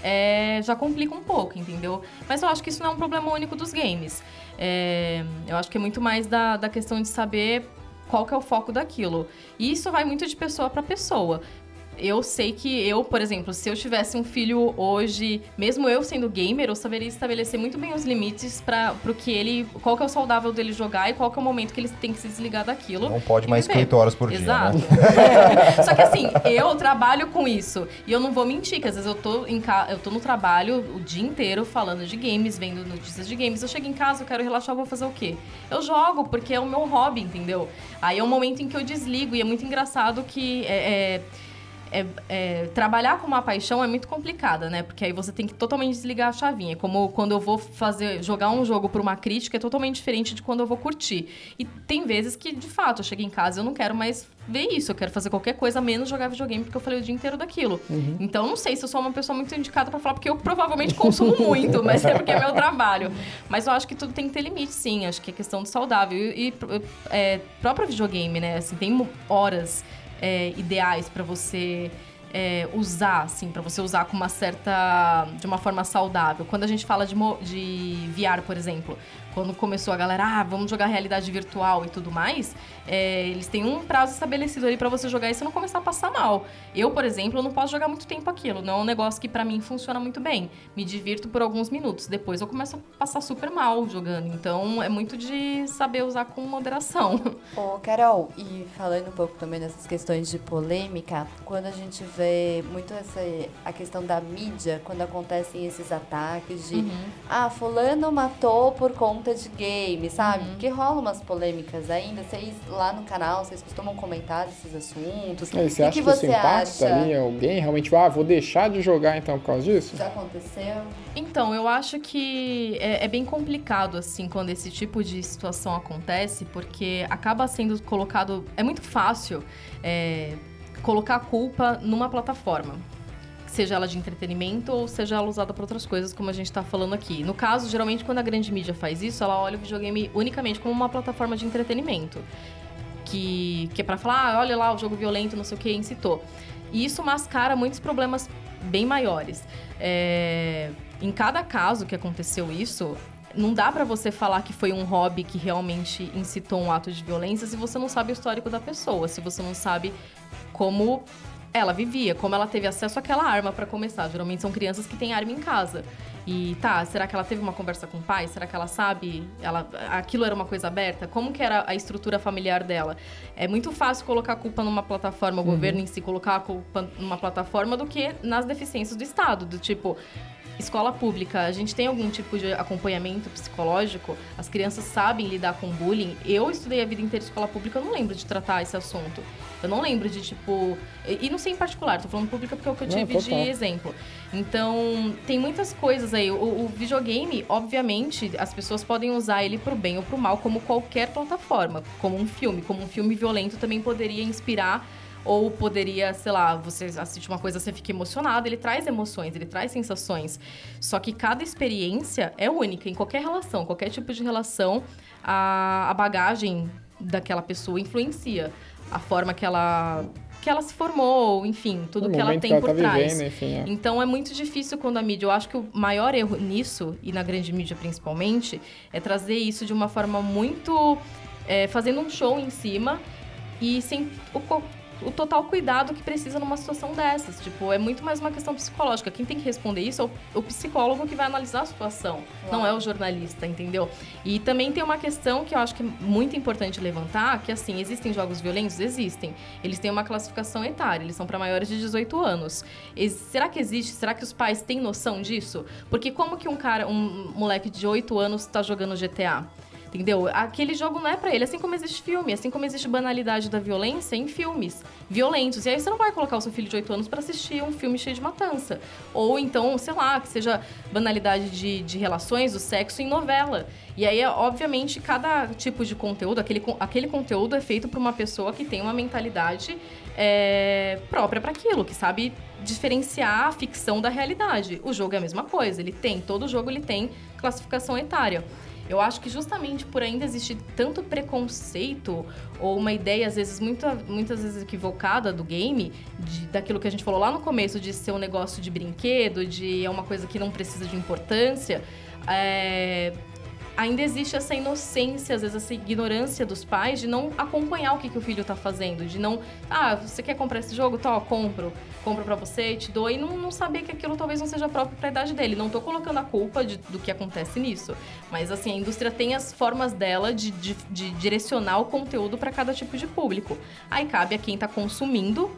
é, já complica um pouco, entendeu? Mas eu acho que isso não é um problema único dos games. É, eu acho que é muito mais da, da questão de saber qual que é o foco daquilo. E isso vai muito de pessoa para pessoa. eu sei que eu, por exemplo, se eu tivesse um filho hoje, mesmo eu sendo gamer, eu saberia estabelecer muito bem os limites para pro que ele, qual que é o saudável dele jogar e qual que é o momento que ele tem que se desligar daquilo. Não pode mais que oito horas por Exato. dia, né? Só que assim, eu trabalho com isso e eu não vou mentir, que às vezes eu tô, em ca... eu tô no trabalho o dia inteiro falando de games, vendo notícias de games. Eu chego em casa, eu quero relaxar, eu vou fazer o quê? Eu jogo, porque é o meu hobby, entendeu? Aí é um momento em que eu desligo e é muito engraçado que é, é... É, é, trabalhar com uma paixão é muito complicada, né? Porque aí você tem que totalmente desligar a chavinha. Como quando eu vou fazer, jogar um jogo por uma crítica, é totalmente diferente de quando eu vou curtir. E tem vezes que, de fato, eu chego em casa e eu não quero mais ver isso. Eu quero fazer qualquer coisa, menos jogar videogame, porque eu falei o dia inteiro daquilo. Uhum. Então, não sei se eu sou uma pessoa muito indicada pra falar, porque eu provavelmente consumo muito, mas é porque é meu trabalho. Mas eu acho que tudo tem que ter limite, sim. Acho que é questão do saudável. E, e é, próprio videogame, né? Assim, tem horas... É, ideais para você é, usar, assim, para você usar com uma certa... de uma forma saudável. Quando a gente fala de, de V R, por exemplo, quando começou a galera, ah, vamos jogar realidade virtual e tudo mais, é, eles têm um prazo estabelecido ali pra você jogar e você não começar a passar mal. Eu, por exemplo, eu não posso jogar muito tempo aquilo. Não é um negócio que pra mim funciona muito bem. Me divirto por alguns minutos. Depois eu começo a passar super mal jogando. Então, é muito de saber usar com moderação. Ô, Carol, e falando um pouco também dessas questões de polêmica, quando a gente vê muito essa, a questão da mídia, quando acontecem esses ataques de uhum. ah, fulano matou por conta de game, sabe? Uhum. Porque rolam umas polêmicas ainda. Vocês lá no canal, vocês costumam comentar esses assuntos. É, você acha que, que você isso impacta acha? Ali alguém? Realmente, ah, vou deixar de jogar então por causa disso? Já aconteceu? Então, eu acho que é, é bem complicado, assim, quando esse tipo de situação acontece, porque acaba sendo colocado... É muito fácil é, colocar a culpa numa plataforma. Seja ela de entretenimento ou seja ela usada para outras coisas, como a gente está falando aqui. No caso, geralmente, quando a grande mídia faz isso, ela olha o videogame unicamente como uma plataforma de entretenimento. Que, que é para falar, ah, olha lá, o jogo violento, não sei o que, incitou. E isso mascara muitos problemas bem maiores. É, em cada caso que aconteceu isso, não dá para você falar que foi um hobby que realmente incitou um ato de violência se você não sabe o histórico da pessoa, se você não sabe como... ela vivia, como ela teve acesso àquela arma pra começar. Geralmente são crianças que têm arma em casa. E tá, será que ela teve uma conversa com o pai? Será que ela sabe? Ela, aquilo era uma coisa aberta? Como que era a estrutura familiar dela? É muito fácil colocar a culpa numa plataforma, o uhum. governo em si colocar a culpa numa plataforma do que nas deficiências do Estado. Do tipo, escola pública, a gente tem algum tipo de acompanhamento psicológico? As crianças sabem lidar com bullying? Eu estudei a vida inteira em escola pública, eu não lembro de tratar esse assunto. Eu não lembro de, tipo... E não sei em particular, tô falando pública porque é o que eu tive não, de exemplo. Então, tem muitas coisas aí. O, o videogame, obviamente, as pessoas podem usar ele pro bem ou pro mal, como qualquer plataforma. Como um filme. Como um filme violento também poderia inspirar... Ou poderia, sei lá, você assiste uma coisa, você fica emocionado. Ele traz emoções, ele traz sensações. Só que cada experiência é única em qualquer relação. Qualquer tipo de relação, a, a bagagem daquela pessoa influencia. A forma que ela, que ela se formou, enfim, tudo o que ela tem que ela por tá trás. Vivendo, enfim, é. Então, é muito difícil quando a mídia... Eu acho que o maior erro nisso, e na grande mídia principalmente, é trazer isso de uma forma muito... É, fazendo um show em cima e sem... O, o total cuidado que precisa numa situação dessas. Tipo, é muito mais uma questão psicológica. Quem tem que responder isso é o, o psicólogo que vai analisar a situação, claro. Não é o jornalista, entendeu? E também tem uma questão que eu acho que é muito importante levantar, que assim, existem jogos violentos? Existem. Eles têm uma classificação etária, eles são para maiores de dezoito anos. E, será que existe? Será que os pais têm noção disso? Porque como que um cara, um moleque de oito anos tá jogando G T A? Entendeu? Aquele jogo não é pra ele, assim como existe filme, assim como existe banalidade da violência em filmes violentos. E aí você não vai colocar o seu filho de oito anos pra assistir um filme cheio de matança. Ou então, sei lá, que seja banalidade de, de relações, do sexo em novela. E aí, obviamente, cada tipo de conteúdo, aquele, aquele conteúdo é feito por uma pessoa que tem uma mentalidade é, própria para aquilo, que sabe diferenciar a ficção da realidade. O jogo é a mesma coisa, ele tem, todo jogo ele tem classificação etária. Eu acho que justamente por ainda existir tanto preconceito ou uma ideia, às vezes, muito, muitas vezes equivocada do game, de, daquilo que a gente falou lá no começo, de ser um negócio de brinquedo, de é uma coisa que não precisa de importância, é, ainda existe essa inocência, às vezes essa ignorância dos pais de não acompanhar o que, que o filho tá fazendo, de não, ah, você quer comprar esse jogo? Tá, ó, compro, compro pra você, te dou, e não, não saber que aquilo talvez não seja próprio pra idade dele. Não tô colocando a culpa de, do que acontece nisso, mas assim, a indústria tem as formas dela de, de, de direcionar o conteúdo pra cada tipo de público. Aí cabe a quem tá consumindo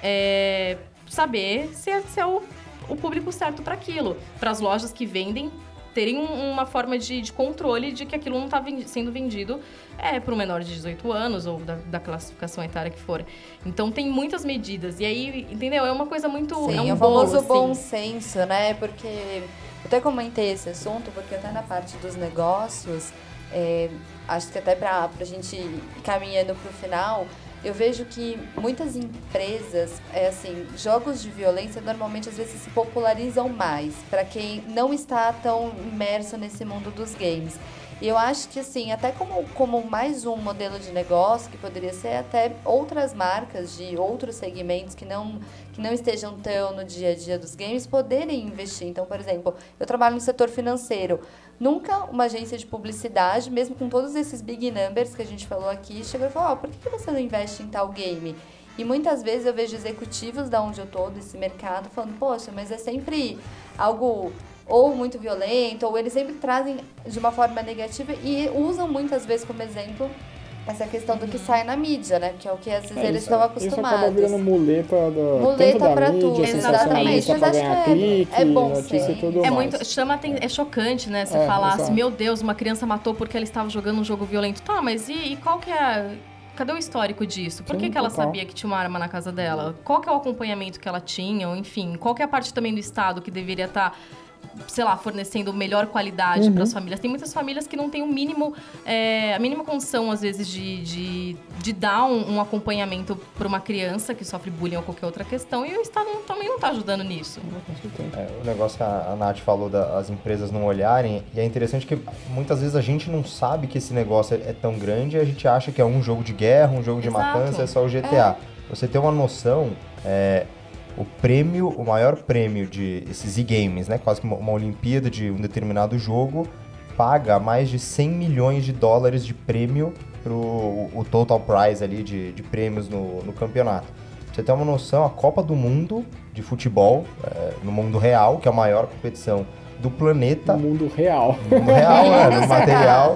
é, saber se é, se é o, o público certo pra aquilo, pras lojas que vendem terem uma forma de, de controle de que aquilo não está vendi- sendo vendido é, para um menor de dezoito anos ou da, da classificação etária que for. Então, tem muitas medidas. E aí, entendeu? É uma coisa muito... Sim, é um o bolo, famoso assim. bom senso, né? Porque eu até comentei esse assunto, porque até na parte dos negócios, é, acho que até para a gente ir caminhando para o final... Eu vejo que muitas empresas, é assim, jogos de violência normalmente às vezes se popularizam mais para quem não está tão imerso nesse mundo dos games. E eu acho que assim, até como, como mais um modelo de negócio, que poderia ser até outras marcas de outros segmentos que não, que não estejam tão no dia a dia dos games, poderem investir. Então, por exemplo, eu trabalho no setor financeiro. Nunca uma agência de publicidade, mesmo com todos esses big numbers que a gente falou aqui, chegou e falou, oh, por que você não investe em tal game? E muitas vezes eu vejo executivos da onde eu tô, desse mercado, falando, poxa, mas é sempre algo ou muito violento, ou eles sempre trazem de uma forma negativa e usam muitas vezes como exemplo essa questão do que sai na mídia, né? Que é o que às vezes É, eles isso, estão Isso acostumados. acaba virando muleta, da, muleta tanto da pra mídia, tudo, sensacionalista exatamente. pra Mas ganhar acho que é- clique, é bom notícia ser. e tudo É mais. muito, chama, aten- é chocante, né? Você É, falar assim, exato. meu Deus, uma criança matou porque ela estava jogando um jogo violento. Tá, mas e, e qual que é a... Cadê o histórico disso? Por Sim, que, que ela total. sabia que tinha uma arma na casa dela? Qual que é o acompanhamento que ela tinha? Ou, enfim, qual que é a parte também do Estado que deveria estar... sei lá, fornecendo melhor qualidade Uhum. para as famílias. Tem muitas famílias que não têm o mínimo, é, a mínima condição, às vezes, de, de, de dar um, um acompanhamento para uma criança que sofre bullying ou qualquer outra questão, e o Estado não- também não está ajudando nisso. É, o negócio que a, a Nath falou das empresas não olharem, e é interessante que muitas vezes a gente não sabe que esse negócio é, é tão grande e a gente acha que é um jogo de guerra, um jogo de Exato. matança, é só o G T A. Você ter uma noção, é, o prêmio, o maior prêmio de esses e-games, né, quase que uma, uma Olimpíada de um determinado jogo, paga mais de cem milhões de dólares de prêmio pro o, o total prize ali de, de prêmios no, no campeonato. Pra você ter uma noção, a Copa do Mundo de futebol, é, no mundo real, que é a maior competição do planeta, No mundo real. no mundo real, né, no material,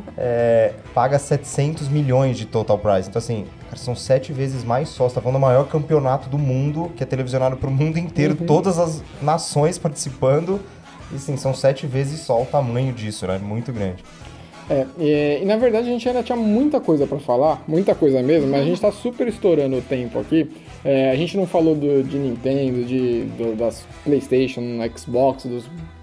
é, paga setecentos milhões de total prize. Então, assim, cara, são sete vezes mais só. Você tá falando do maior campeonato do mundo, que é televisionado pro mundo inteiro, Uhum. todas as nações participando. E, assim, são sete vezes só o tamanho disso, né? Muito grande. É, e, e na verdade a gente ainda tinha muita coisa pra falar, muita coisa mesmo, mas a gente tá super estourando o tempo aqui. É, a gente não falou do, de Nintendo, de, do- das PlayStation, Xbox, dos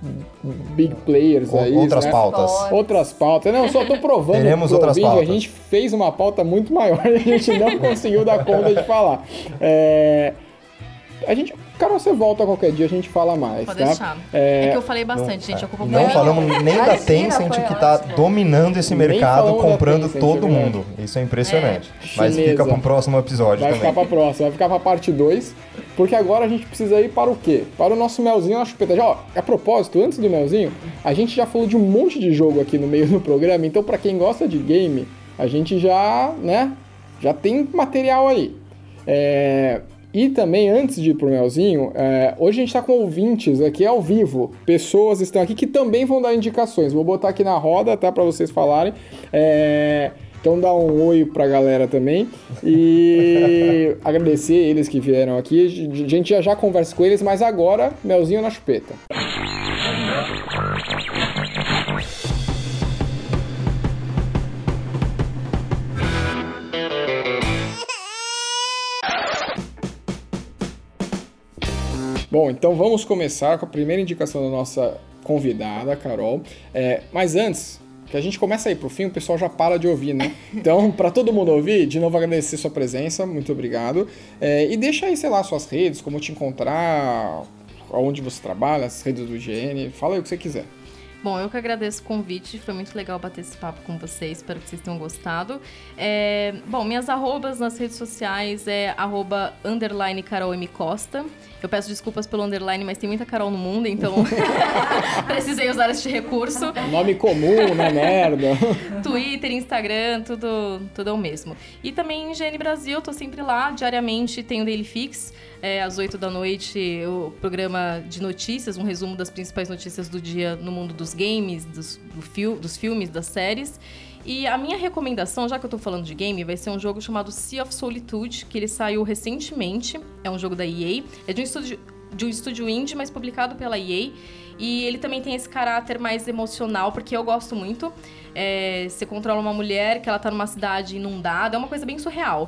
big players Ou- aí, outras né? pautas. Outras pautas. Não, só tô provando Teremos pro outras ouvinte, pautas. a gente fez uma pauta muito maior e a gente não conseguiu dar conta de falar. É, a gente, Carol, você volta qualquer dia, a gente fala mais, Pode tá? deixar. É, que eu falei Não, bastante, gente. é, Ocupa e muito não tempo. falamos nem da Imagina, Tencent foi que tá ótimo. dominando esse Nem mercado, falamos da comprando Tencent, todo é verdade. mundo. Isso é impressionante. É, Mas chinesa. fica para um próximo episódio Vai também. ficar pra próxima, vai ficar pra parte dois, porque agora a gente precisa ir para o quê? Para o nosso melzinho na chupeta. Já, ó, a propósito, antes do melzinho, a gente já falou de um monte de jogo aqui no meio do programa, então pra quem gosta de game, a gente já, né, já tem material aí. É... E também, antes de ir pro melzinho, é, hoje a gente tá com ouvintes aqui ao vivo. Pessoas estão aqui que também vão dar indicações. Vou botar aqui na roda, tá? Pra vocês falarem. É, então dá um oi pra galera também. E agradecer eles que vieram aqui. A gente já já conversa com eles, mas agora, melzinho na chupeta. Bom, então vamos começar com a primeira indicação da nossa convidada, Carol. É, mas antes, que a gente começa a ir pro fim, o pessoal já para de ouvir, né? Então, para todo mundo ouvir, de novo agradecer sua presença, muito obrigado. É, e deixa aí, sei lá, suas redes, como te encontrar, onde você trabalha, as redes do I G N, fala aí o que você quiser. Bom, eu que agradeço o convite, foi muito legal bater esse papo com vocês, espero que vocês tenham gostado. É, bom, minhas arrobas nas redes sociais é arroba underline Carol M. Costa. Eu peço desculpas pelo underline, mas tem muita Carol no mundo, então precisei usar este recurso. Nome comum, né, merda? Twitter, Instagram, tudo, tudo é o mesmo. E também em G N Brasil, tô sempre lá, diariamente tem o Daily Fix. É, às oito da noite, o programa de notícias, um resumo das principais notícias do dia no mundo dos games, dos, do fil- dos filmes, das séries. E a minha recomendação, já que eu tô falando de game, vai ser um jogo chamado Sea of Solitude, que ele saiu recentemente. É um jogo da E A. É de um estúdio, de um estúdio indie, mas publicado pela E A. E ele também tem esse caráter mais emocional, porque eu gosto muito. É, você controla uma mulher que ela tá numa cidade inundada, é uma coisa bem surreal.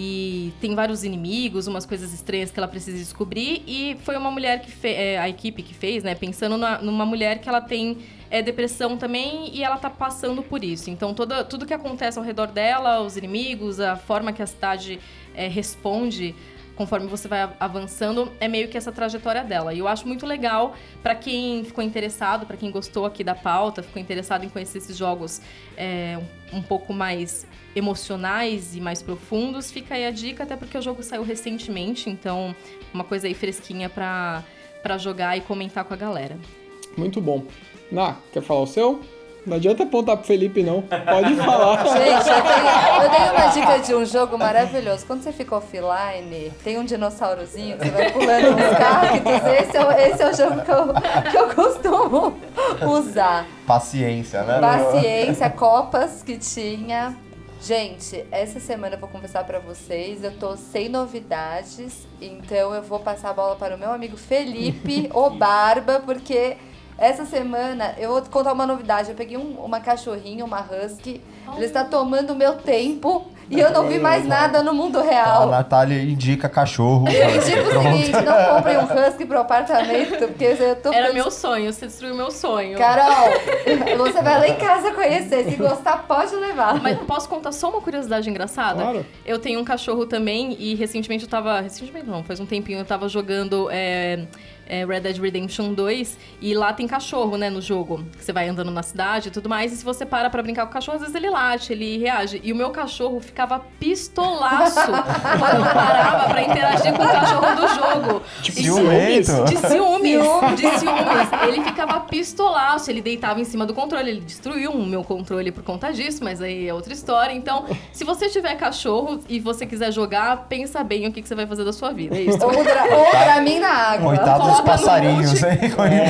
E tem vários inimigos, umas coisas estranhas que ela precisa descobrir. E foi uma mulher que fez, é, a equipe que fez, né, pensando na, numa mulher que ela tem é, depressão também e ela tá passando por isso. Então toda, tudo que acontece ao redor dela, os inimigos, a forma que a cidade é, responde conforme você vai avançando, é meio que essa trajetória dela. E eu acho muito legal para quem ficou interessado, para quem gostou aqui da pauta, ficou interessado em conhecer esses jogos é, um, um pouco mais emocionais e mais profundos, fica aí a dica, até porque o jogo saiu recentemente, então uma coisa aí fresquinha para para jogar e comentar com a galera. Muito bom. Ná, quer falar o seu? Não adianta apontar pro Felipe, não. Pode falar. Gente, eu tenho, eu tenho uma dica de um jogo maravilhoso. Quando você fica offline, tem um dinossaurozinho que você vai pulando nos cactos. Esse é, o, esse é o jogo que eu, que eu costumo usar. Paciência, né? Paciência, copas que tinha. Gente, essa semana eu vou conversar pra vocês, eu tô sem novidades, então eu vou passar a bola para o meu amigo Felipe, o Barba, porque... Essa semana, eu vou contar uma novidade. Eu peguei um, uma cachorrinha, uma husky. Ela está tomando o meu tempo e eu não vi mais nada no mundo real. A Natália indica cachorro. Eu indico o seguinte, não comprem um husky pro apartamento, porque eu tô... Era meu sonho, você destruiu meu sonho. Carol, você vai lá em casa conhecer. Se gostar, pode levar. Mas posso contar só uma curiosidade engraçada? Claro. Eu tenho um cachorro também e recentemente eu tava... Recentemente não, faz um tempinho eu tava jogando... É... É Red Dead Redemption dois, e lá tem cachorro, né, no jogo. Que você vai andando na cidade e tudo mais, e se você para pra brincar com o cachorro, às vezes ele late, ele reage. E o meu cachorro ficava pistolaço quando eu parava pra interagir com o cachorro do jogo. Tipo, E ciumento. De ciúmes, de ciúmes. Ele ficava pistolaço, ele deitava em cima do controle, ele destruiu o meu controle por conta disso, mas aí é outra história. Então, se você tiver cachorro e você quiser jogar, pensa bem o que, que você vai fazer da sua vida, é isso. Ou, dra- ou pra mim na água. Coitado dos Coloca no passarinhos, mute. hein?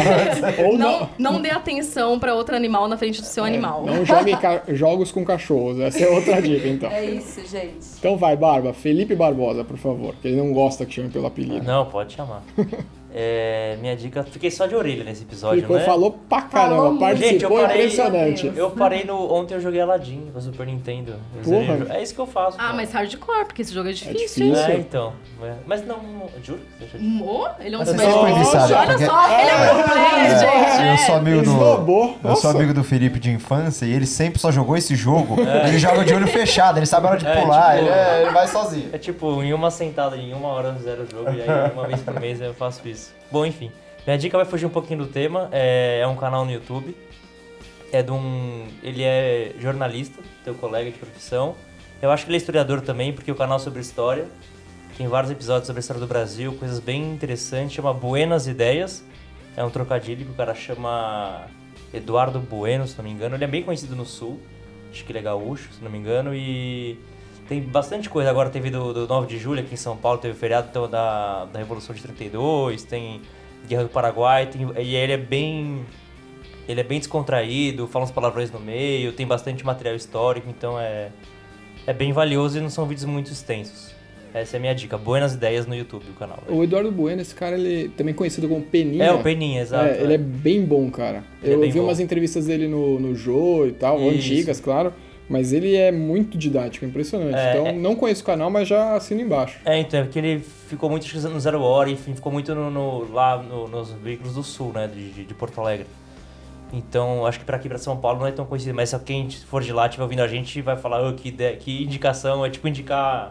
Ou não. Não, não dê atenção pra outro animal na frente do seu animal. Não jogue ca- jogos com cachorros. Essa é outra dica, então. É isso, gente. Então vai, Barba. Felipe Barbosa, por favor. Que ele não gosta que chame pelo apelido. Não, pode chamar. É, minha dica, fiquei só de orelha nesse episódio, Ficou, né? falou pra caramba, Falou muito. participou, Gente, eu parei- impressionante. Eu parei no... Ontem eu joguei Aladdin pra Super Nintendo. Eu Porra. zerei o jogo. É isso que eu faço. Ah, cara. mas hardcore, porque esse jogo é difícil, difícil. hein? É, então. É. Mas não, não- juro. Deixa eu... Mo? Ele é um Mas dos vocês mais podem difíceis. saber, Olha porque- só, ele é pro player, gente. Eu sou amigo do. Esnobou. Eu sou Nossa. amigo do Felipe de infância e ele sempre só jogou esse jogo. Ele joga de olho fechado, ele sabe a hora de É, pular, tipo- ele, é- ele vai sozinho. É tipo, em uma sentada, em uma hora eu zero o jogo, e aí uma vez por mês eu faço isso. Bom, enfim. Minha dica vai fugir um pouquinho do tema. É, é um canal no YouTube. É de um... Ele é jornalista, teu colega de profissão. Eu acho que ele é historiador também, porque o canal é sobre história. Tem vários episódios sobre a história do Brasil, coisas bem interessantes. Chama Buenas Ideias. É um trocadilho que o cara chama Eduardo Bueno, se não me engano. Ele é bem conhecido no Sul. Acho que ele é gaúcho, se não me engano. E tem bastante coisa. Agora teve do, do nove de julho aqui em São Paulo, teve o feriado então, da, da Revolução de trinta e dois. Tem Guerra do Paraguai. Tem, e ele é bem... Ele é bem descontraído, fala uns palavrões no meio. Tem bastante material histórico, então é... É bem valioso e não são vídeos muito extensos. Essa é a minha dica. Buenas Ideias no YouTube, o canal. O Eduardo Bueno, esse cara, ele também conhecido como Peninha. É, o Peninha, exato. É, ele é bem bom, cara. Ele é Eu bem vi bom. umas entrevistas dele no, no Jô e tal, Isso. antigas, claro. Mas ele é muito didático, impressionante. É, então, é- não conheço o canal, mas já assino embaixo. É, então, é porque ele ficou muito acho que no Zero Hora, enfim, ficou muito no, no- lá no- nos veículos do Sul, né, de, de- de Porto Alegre. Então, acho que pra aqui, pra São Paulo, não é tão conhecido, mas se quem for de lá estiver ouvindo a gente, vai falar, oh, que, ide- que indicação, é tipo indicar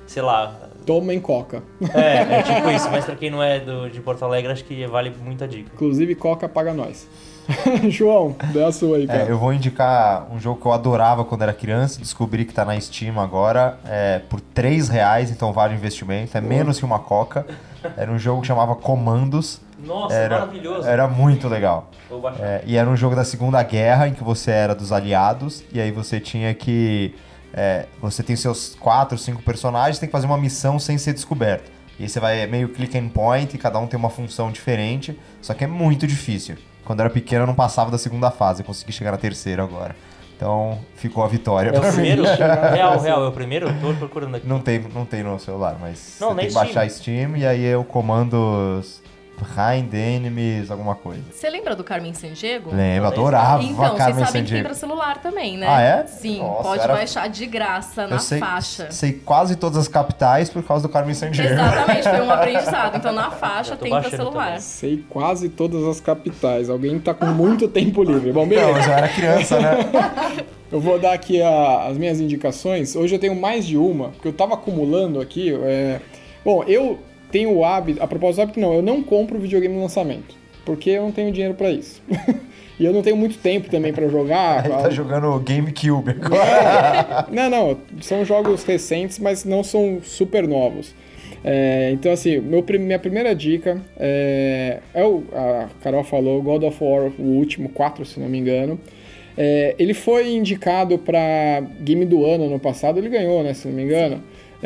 sei lá... Tomem Coca. É, é tipo isso, mas pra quem não é do, de Porto Alegre, acho que vale muita dica. Inclusive, Coca paga nós. João, dá a sua aí, cara. É, eu vou indicar um jogo que eu adorava quando era criança, descobri que tá na Steam agora, é, por três reais, então vale o investimento, é menos que uma Coca. Era um jogo que chamava Comandos. Nossa, era, maravilhoso. Era muito legal. Vou baixar. É, e era um jogo da Segunda Guerra, em que você era dos aliados, e aí você tinha que... É, você tem seus quatro, cinco personagens, tem que fazer uma missão sem ser descoberto. E aí você vai meio click and point, e cada um tem uma função diferente, só que é muito difícil. Quando eu era pequeno eu não passava da segunda fase, eu consegui chegar na terceira agora. Então ficou a vitória É o pra mim. primeiro? Real, real, é o primeiro? Eu tô procurando aqui. Não tem, não tem no celular, mas Não, você nem tem que baixar Steam e aí eu comando Behind Enemies, alguma coisa. Você lembra do Carmen Sandiego? Lembro, adorava Então, você Carmen sabe que tem Sandiego. pra celular também, né? Ah, é? Sim, Nossa, pode era- baixar de graça na Eu sei, faixa. sei quase todas as capitais por causa do Carmen Sandiego. Exatamente, foi um aprendizado. Então na faixa Eu tô tem pra baixando celular. também. Sei quase todas as capitais. Alguém tá com muito tempo livre. Bom, Não, beleza. mas eu era criança, né? Eu vou dar aqui a- as minhas indicações. Hoje eu tenho mais de uma, porque eu tava acumulando aqui. é, Bom, eu tenho o hábito... A propósito do hábito, não. Eu não compro videogame no lançamento, porque eu não tenho dinheiro pra isso. E eu não tenho muito tempo também pra jogar. Ele tá jogando GameCube agora. Não, não, são jogos recentes, mas não são super novos. É, então, assim, meu, prim- minha primeira dica é, é o, a Carol falou, God of War, o último, quatro, se não me engano. É, ele foi indicado para Game do Ano ano passado, ele ganhou, né, se não me engano.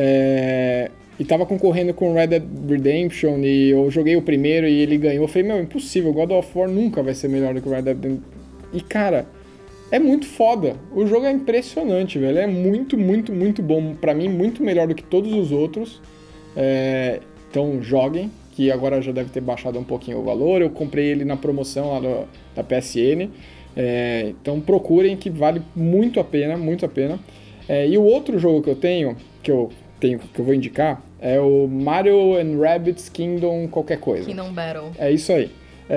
É, e tava concorrendo com Red Dead Redemption, e eu joguei o primeiro e ele ganhou. Eu falei, meu, impossível, God of War nunca vai ser melhor do que o Red Dead Redemption. E, cara... É muito foda. O jogo é impressionante, velho. É muito, muito, muito bom. Pra mim, muito melhor do que todos os outros. É, Então, joguem, que agora já deve ter baixado um pouquinho o valor. Eu comprei ele na promoção lá do, da P S N. É, Então, procurem, que vale muito a pena, muito a pena. É, E o outro jogo que eu tenho, que eu, tenho, que eu vou indicar, é o Mario and Rabbids Kingdom qualquer coisa. Kingdom Battle. É isso aí.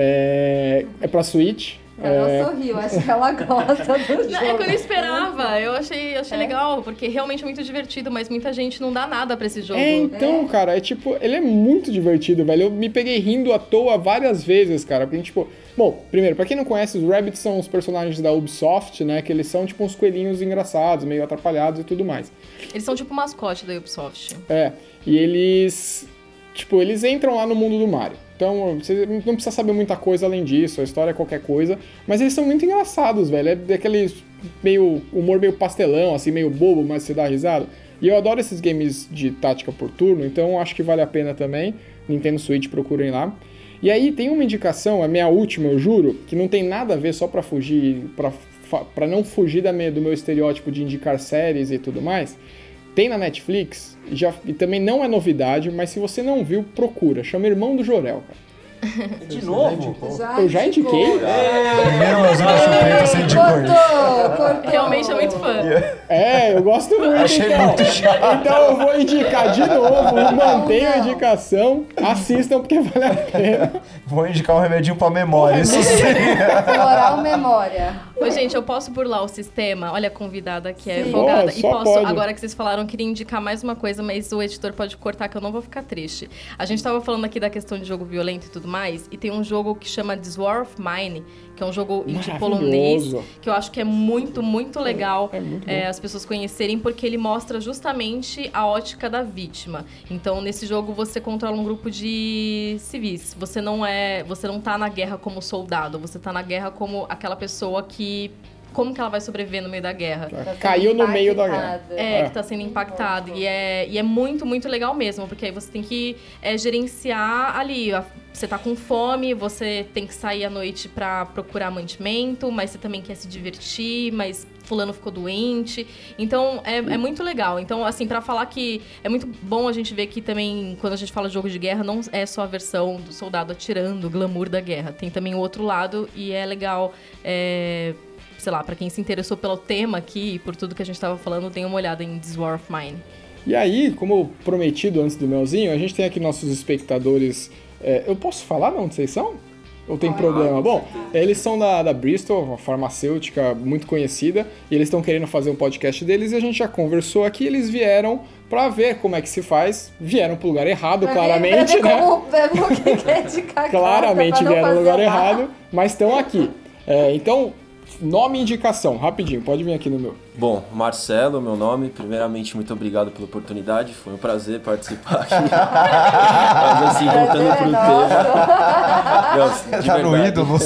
É, é pra Switch. Ela É, sorriu, acho que ela gosta do jogo. Não, é que eu não esperava. Eu achei, achei É? legal, porque realmente é muito divertido, mas muita gente não dá nada pra esse jogo. É, então, cara, é tipo, ele é muito divertido, velho. Eu me peguei rindo à toa várias vezes, cara. Porque, tipo, bom, primeiro, pra quem não conhece, os Rabbids são os personagens da Ubisoft, né? Que eles são, tipo, uns coelhinhos engraçados, meio atrapalhados e tudo mais. Eles são tipo o mascote da Ubisoft. É, e eles, tipo, eles entram lá no mundo do Mario. Então, você não precisa saber muita coisa além disso, a história é qualquer coisa. Mas eles são muito engraçados, velho. É daquele meio humor meio pastelão, assim, meio bobo, mas você dá risada. E eu adoro esses games de tática por turno, então acho que vale a pena também. Nintendo Switch, procurem lá. E aí tem uma indicação, a minha última, eu juro, que não tem nada a ver, só pra fugir, pra, fa- pra não fugir da minha- do meu estereótipo de indicar séries e tudo mais. Tem na Netflix, e, já, e também não é novidade, mas se você não viu, procura. Chama Irmão do Jorel, cara. De novo? Eu já indicou. indiquei? Primeiro meu Zona Chupeta, você indicou isso. Cortou, cortou. Realmente é muito fã. É, eu gosto muito, Achei então. muito chato. Então eu vou indicar de novo, mantenho a indicação, assistam porque vale a pena. Vou indicar um remedinho pra memória, isso sim. Oral memória. Ô, gente, eu posso burlar o sistema? Olha a convidada que é Sim. folgada. Pô, E só posso, pode. agora que vocês falaram, queria indicar mais uma coisa, mas o editor pode cortar que eu não vou ficar triste. A gente tava falando aqui da questão de jogo violento e tudo mais, e tem um jogo que chama This War of Mine, que é um jogo indie polonês, Maravilhoso. que eu acho que é muito, muito legal É muito é, bom. as pessoas conhecerem, porque ele mostra justamente a ótica da vítima. Então, nesse jogo, você controla um grupo de civis. Você não é, você não tá na guerra como soldado, você tá na guerra como aquela pessoa que... Como que ela vai sobreviver no meio da guerra? Caiu no meio da guerra. É, É. que tá sendo impactado. E é, e é muito, muito legal mesmo, porque aí você tem que é, gerenciar ali. a- Você tá com fome, você tem que sair à noite pra procurar mantimento, mas você também quer se divertir, mas fulano ficou doente. Então, é, é muito legal. Então, assim, pra falar que é muito bom a gente ver que também, quando a gente fala de jogo de guerra, não é só a versão do soldado atirando, o glamour da guerra. Tem também o outro lado e é legal... É, sei lá, pra quem se interessou pelo tema aqui e por tudo que a gente tava falando, dê uma olhada em This War of Mine. E aí, como prometido antes do Melzinho, a gente tem aqui nossos espectadores. É, eu posso falar de onde vocês são? Ou tem problema? Bom, eles são da, da Bristol, uma farmacêutica muito conhecida, e eles estão querendo fazer um podcast deles, e a gente já conversou aqui, eles vieram pra ver como é que se faz. Vieram pro lugar errado, Pra claramente, ver, pra ver né? como, pra ver o que que é de cacau, Claramente pra não vieram no fazer lugar mal. errado, mas estão aqui. É, então, nome e indicação, rapidinho, pode vir aqui no meu. Bom, Marcelo, meu nome. Primeiramente, muito obrigado pela oportunidade. Foi um prazer participar aqui. Mas assim, voltando pro tema. Não, de Tá no verdade. Ídolos.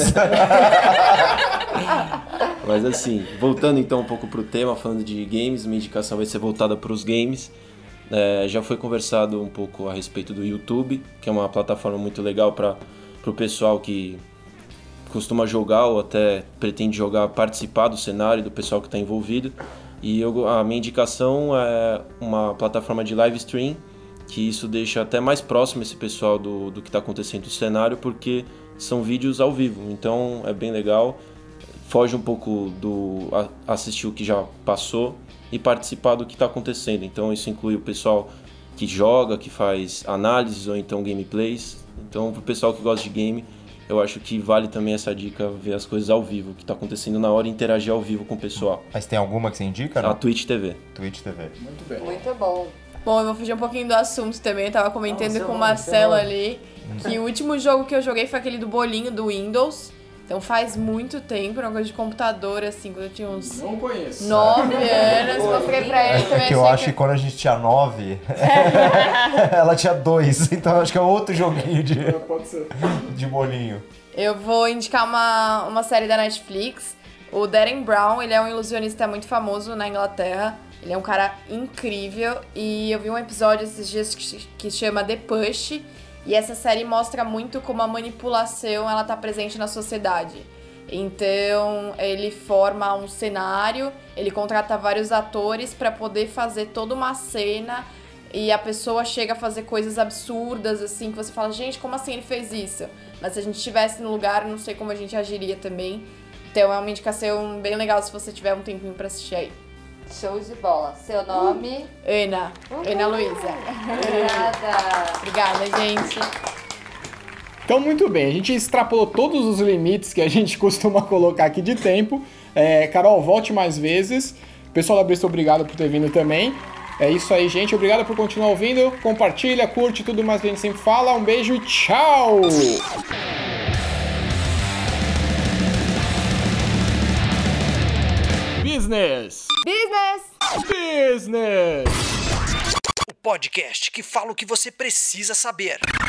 Mas assim, voltando então um pouco pro tema, falando de games, minha indicação vai ser voltada para os games. É, já foi conversado um pouco a respeito do YouTube, que é uma plataforma muito legal para o pessoal que costuma jogar ou até pretende jogar, participar do cenário, do pessoal que está envolvido. E eu, a minha indicação é uma plataforma de live stream, que isso deixa até mais próximo esse pessoal do, do que está acontecendo no cenário, porque são vídeos ao vivo, então é bem legal. Foge um pouco do a, assistir o que já passou e participar do que está acontecendo. Então isso inclui o pessoal que joga, que faz análises ou então gameplays. Então pro pessoal que gosta de game, eu acho que vale também essa dica, ver as coisas ao vivo, o que está acontecendo na hora e interagir ao vivo com o pessoal. Mas tem alguma que você indica, não? A Twitch T V. Twitch T V. Muito bem. Muito bom. Bom, eu vou fugir um pouquinho do assunto também. Eu tava comentando Não, seu com o nome, Marcelo seu nome. ali que o último jogo que eu joguei foi aquele do bolinho do Windows. Então faz muito tempo, era uma coisa de computador, assim, quando eu tinha uns Não conheço. nove anos. Mostrei pra ele também. É que eu achei acho que quando a gente tinha nove, ela tinha dois. Então eu acho que é outro joguinho de, Pode ser. de bolinho. Eu vou indicar uma, uma série da Netflix. O Darren Brown, ele é um ilusionista muito famoso na Inglaterra. Ele é um cara incrível. E eu vi um episódio esses dias que, que chama The Push. E essa série mostra muito como a manipulação ela tá presente na sociedade. Então, ele forma um cenário, ele contrata vários atores para poder fazer toda uma cena e a pessoa chega a fazer coisas absurdas, assim, que você fala, gente, como assim ele fez isso? Mas se a gente estivesse no lugar, eu não sei como a gente agiria também. Então, é uma indicação bem legal se você tiver um tempinho para assistir aí. Show de bola. Seu nome? Ana. Ana Luísa. Obrigada. Obrigada, gente. Então, muito bem, a gente extrapolou todos os limites que a gente costuma colocar aqui de tempo. É, Carol, volte mais vezes. Pessoal da Bristol, obrigado por ter vindo também. É isso aí, gente. Obrigado por continuar ouvindo. Compartilha, curte, tudo mais que a gente sempre fala. Um beijo e tchau! Business! Business! Business! O podcast que fala o que você precisa saber.